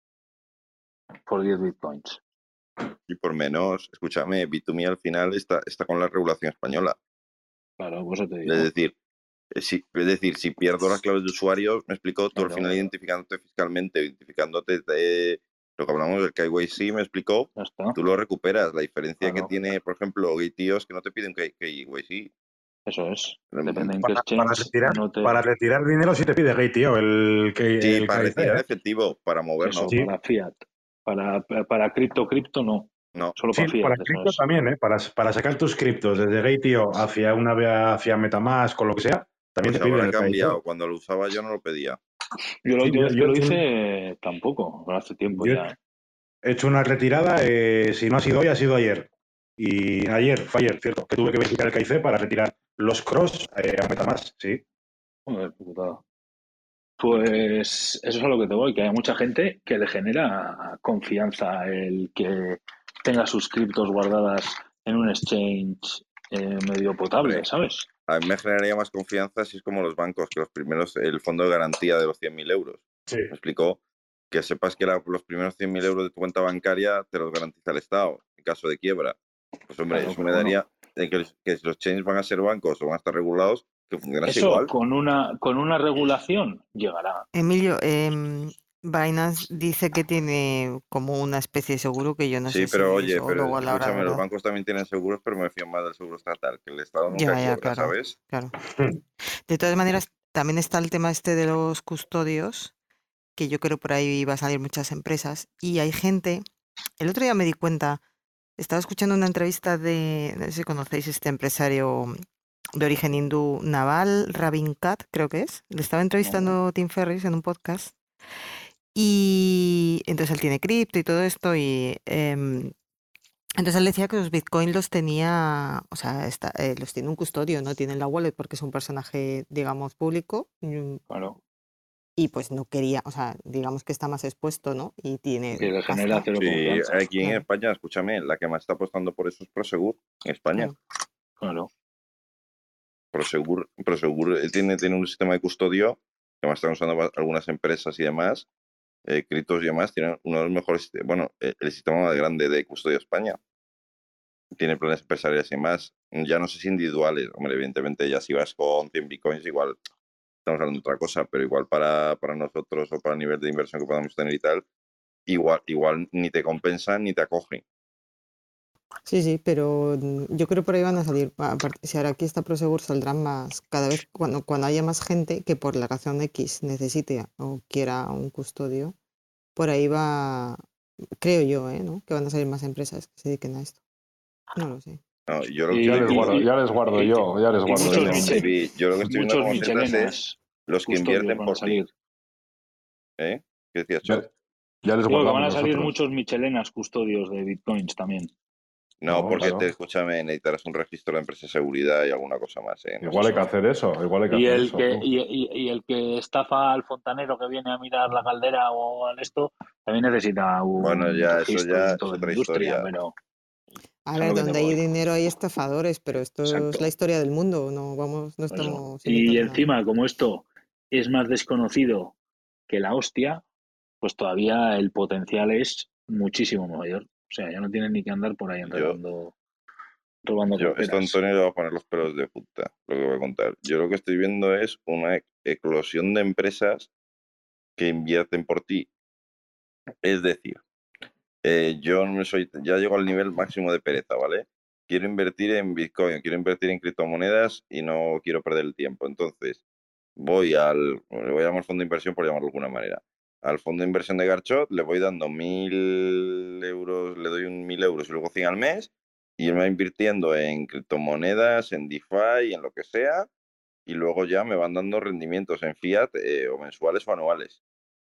por diez bitcoins. Y por menos, escúchame, B dos Me al final está, está con la regulación española. Claro, por eso te digo. Es decir, eh, si, es decir, si pierdo las claves de usuario, me explicó, tú al Claro. final identificándote fiscalmente, identificándote de lo que hablamos del K Y C, me explicó, Ya está. tú lo recuperas. La diferencia Claro. que tiene, por ejemplo, Gate.io es que no te piden K Y C. Eso es. Mm, Depende en qué Para, para exchange retirar, no te... para retirar dinero sí te pide Gate.io el, que- Sí, el para K I C, retirar ¿eh? efectivo, para mover, Eso, ¿no? Sí. para fiat. Para, para cripto, cripto no. No. Solo Sí, para fiat, para eso cripto es. también, ¿eh? Para, para sacar tus criptos desde Gate.io hacia una vía- hacia MetaMask o lo que sea, también Pues te piden habrá el K I C. cambiado. Cuando lo usaba yo no lo pedía. Yo la Sí, última yo, vez yo que he lo hecho un- hice, tampoco, pero hace tiempo yo ya. ¿eh? he hecho una retirada, eh, si no ha sido hoy, ha sido ayer. Y ayer, fue ayer, cierto, que tuve que verificar el K I C para retirar los cross eh, a MetaMask, sí. Joder, qué putada. Pues eso es a lo que te voy, que hay mucha gente que le genera confianza el que tenga sus criptos guardadas en un exchange eh, medio potable, Hombre, ¿sabes? a mí me generaría más confianza si es como los bancos, que los primeros, el fondo de garantía de los cien mil euros. Sí. Me explicó que sepas que la- los primeros cien mil euros de tu cuenta bancaria te los garantiza el Estado en caso de quiebra. Pues hombre, Claro, eso pero me bueno. daría de que, que si los chains van a ser bancos o van a estar regulados, que funcionase Eso igual. con una, con una regulación llegará. Emilio, em, Binance dice que tiene como una especie de seguro que yo no Sí, sé pero si oye, eso pero luego a la hora de escúchame, los verdad. bancos también tienen seguros, pero me fío más del seguro estatal, que el Estado nunca Ya, ya, quiebra, claro, ¿sabes? claro. De todas maneras, también está el tema este de los custodios, que yo creo por ahí va a salir muchas empresas, y hay gente, el otro día me di cuenta, estaba escuchando una entrevista de, no sé si conocéis este empresario de origen hindú, Naval Ravikant, creo que es, le estaba entrevistando Tim Ferriss en un podcast, y entonces él tiene cripto y todo esto, y em, entonces él decía que los bitcoins los tenía, o sea, está, eh, los tiene un custodio, no tiene en la wallet porque es un personaje, digamos, público. mm, Claro, Y pues no quería, o sea, digamos que está más expuesto, ¿no? Y tiene que le genera pasta. cero Sí, confianza. aquí en Claro, España, escúchame, la que más está apostando por eso es Prosegur, en España. claro. Claro. Prosegur, Prosegur eh, tiene, tiene un sistema de custodio que más están usando va- algunas empresas y demás, eh, criptos y demás, tienen uno de los mejores, sist- bueno, eh, el sistema más grande de custodia de España. Tiene planes empresariales y demás. Ya no sé si individuales, hombre, evidentemente ya si vas con cien bitcoins igual estamos hablando de otra cosa, pero igual para, para nosotros o para el nivel de inversión que podamos tener y tal, igual, igual ni te compensan ni te acogen. Sí, sí, pero mm, yo creo que por ahí van a salir, aparte, si ahora aquí está Prosegur, saldrán más, cada vez cuando, cuando haya más gente que por la razón X necesite o quiera un custodio, por ahí va, creo yo, ¿eh? ¿no? Que van a salir más empresas que se dediquen a esto. No lo sé. No, yo lo Y- que Ya estoy les y- guardo, y- ya les guardo y- yo, ya les y guardo muchos yo. Michel- Sí, yo lo que estoy viendo muchos como tiendas es michelenas los que custodios invierten van a por ti. salir. ¿Eh? ¿Qué decías, Chot? Ya, ya les Digo que van guardamos a salir nosotros. muchos michelenas custodios de bitcoins también. No, No, porque claro. te escúchame, necesitarás un registro de empresa de seguridad y alguna cosa más. ¿eh? No Igual sé hay que si- hacer eso, igual hay que Y hacer el eso. que tú. y, y- y el que estafa al fontanero que viene a mirar la caldera o al esto también necesita un Bueno, ya, eso registro ya en es toda la otra industria, historia. pero A es a ver, lo que te donde hay voy. dinero hay estafadores, pero esto es Exacto. la historia del mundo, no vamos, no Por eso. estamos Y inventando nada. encima, como esto es más desconocido que la hostia, pues todavía el potencial es muchísimo mayor. O sea, ya no tienen ni que andar por ahí Yo, enredando, robando yo, esto carteras. Antonio le va a poner los pelos de punta, lo que voy a contar. Yo lo que estoy viendo es una ec- eclosión de empresas que invierten por ti. Es decir, eh, yo no soy, ya llego al nivel máximo de pereza, ¿vale? Quiero invertir en Bitcoin, quiero invertir en criptomonedas y no quiero perder el tiempo. Entonces, voy al, le voy a llamar fondo de inversión por llamarlo de alguna manera. Al fondo de inversión de Garchot le voy dando mil euros, le doy un mil euros y luego cien al mes, y él me va invirtiendo en criptomonedas, en DeFi, en lo que sea, y luego ya me van dando rendimientos en fiat eh, o mensuales o anuales.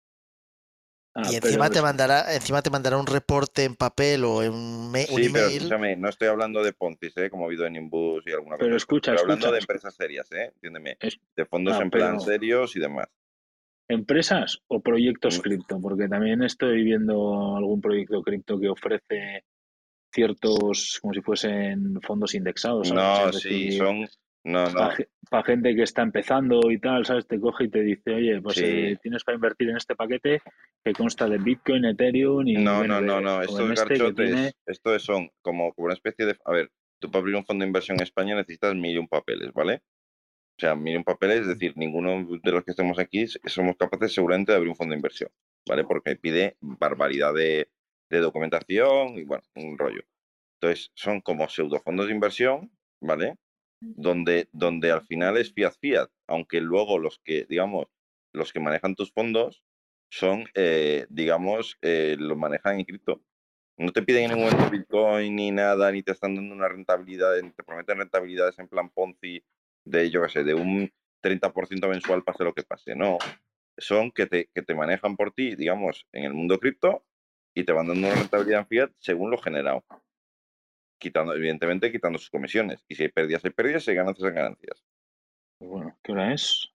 Ah, Y pero encima te es- mandará, encima te mandará un reporte en papel o en un, me- un Sí, pero email. escúchame, no estoy hablando de Ponzi, ¿eh? Como ha habido en Nimbus y alguna cosa. Pero de esto. escucha, Estoy hablando escucha, de escucha. empresas serias, ¿eh? Entiéndeme. Es- De fondos ah, en plan pero- serios y demás. ¿Empresas o proyectos Mm. cripto? Porque también estoy viendo algún proyecto cripto que ofrece ciertos, como si fuesen fondos indexados, ¿sabes? No, Es sí, decir, son... No, no. para gente que está empezando y tal, ¿sabes? Te coge y te dice, oye, pues Sí. eh, tienes para invertir en este paquete que consta de Bitcoin, Ethereum y No, B N B. no, no, no. O Estos en este que garchotes, tiene... estos son como, como una especie de... A ver, tú para abrir un fondo de inversión en España necesitas mil y un papeles, ¿vale? O sea, mil y un papeles, es decir, ninguno de los que estemos aquí somos capaces seguramente de abrir un fondo de inversión, ¿vale? Porque pide barbaridad de, de documentación y, bueno, un rollo. Entonces, son como pseudofondos de inversión, ¿vale? Donde, donde al final es fiat fiat, aunque luego los que, digamos, los que manejan tus fondos son, eh, digamos, eh, los manejan en cripto. No te piden en ningún momento Bitcoin ni nada, ni te están dando una rentabilidad, ni te prometen rentabilidades en plan Ponzi de, yo qué sé, de un treinta por ciento mensual pase lo que pase. No, son que te, que te manejan por ti, digamos, en el mundo cripto y te van dando una rentabilidad en fiat según lo generado. Quitando, evidentemente, quitando sus comisiones. Y si hay pérdidas, hay pérdidas, y hay ganancias, hay ganancias. Bueno, ¿qué hora es?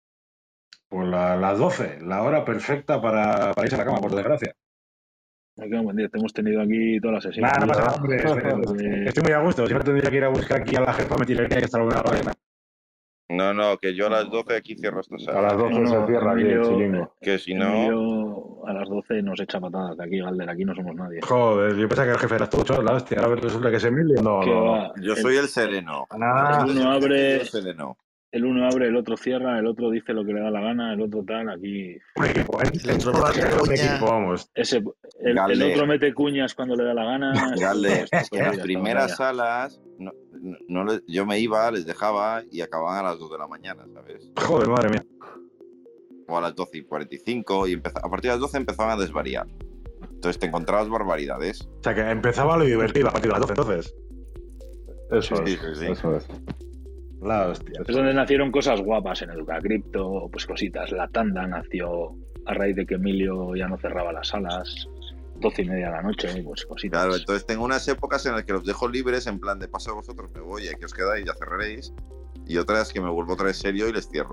Pues la- las doce, la hora perfecta para, para irse a la cama, por desgracia. Me queda un buen día. Te hemos tenido aquí toda la sesión. Nada, no pasa nada, Ya. hombre. Eh, Estoy muy a gusto. Si no tendría que ir a buscar aquí a la jefa, me tiraría que estar una hora. No, no, que yo a las doce aquí cierro esta A sala. las doce No, no, se cierra aquí el Emilio, chiringo. Que si no, Emilio a las doce nos echa patadas de aquí, Galder. Aquí no somos nadie. Joder, yo pensaba que el jefe eras tú, chaval, la hostia. Ahora resulta que es Emilio. No, Que no, no. va, yo el- soy el sereno. Ah, el uno abre, Yo sereno. el uno abre, el otro cierra, el otro dice lo que le da la gana, el otro tal, aquí... un equipo, ¿eh? El otro Va a mete ser un cuña. equipo, vamos. Ese, el, el Galder. otro mete cuñas cuando le da la gana. esto- Galder, esto en perdida las esta primeras batalla. salas, no, no, no les- yo me iba, les dejaba y acababan a las dos de la mañana, ¿sabes? Joder, madre mía. O a las doce y cuarenta y cinco, y empeza- a partir de las doce empezaban a desvariar. Entonces te encontrabas barbaridades. O sea, que empezaba lo divertido a partir de las doce, entonces. Eso Sí, es. sí, sí. Eso es. La hostia. Es donde nacieron cosas guapas en Educacripto, pues cositas. La tanda nació a raíz de que Emilio ya no cerraba las salas. Doce y media de la noche, pues cositas. Claro, entonces tengo unas épocas en las que los dejo libres, en plan de paso a vosotros, me voy, aquí os quedáis, ya cerraréis. Y otras que me vuelvo otra vez serio y les cierro.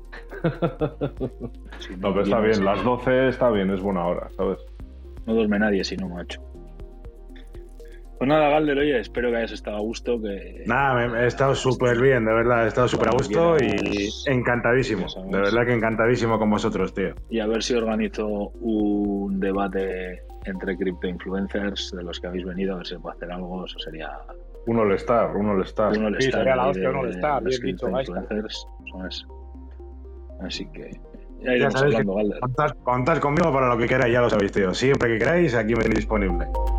Si No, pero está vienes, bien. Las doce está bien, es buena hora, ¿sabes? No duerme nadie si no, macho. Pues nada, Galder, oye, espero que hayas estado a gusto. Que... Nada, me- he estado súper bien, de verdad. He estado súper a gusto y encantadísimo. Ya sabes. De verdad que encantadísimo con vosotros, tío. Y a ver si organizo un debate entre criptoinfluencers de los que habéis venido, a ver si se puede hacer algo. Eso sería Un all-star, un all-star. un all-star Sí, sería la ahí hostia, de- un all-star, de los bien dicho, Gaisca. criptoinfluencers. Eso es. Así que ya Ya iremos sabéis que hablando, Galder. contad, contad conmigo para lo que queráis, ya lo sabéis, tío. Siempre que queráis, aquí me tenéis disponible.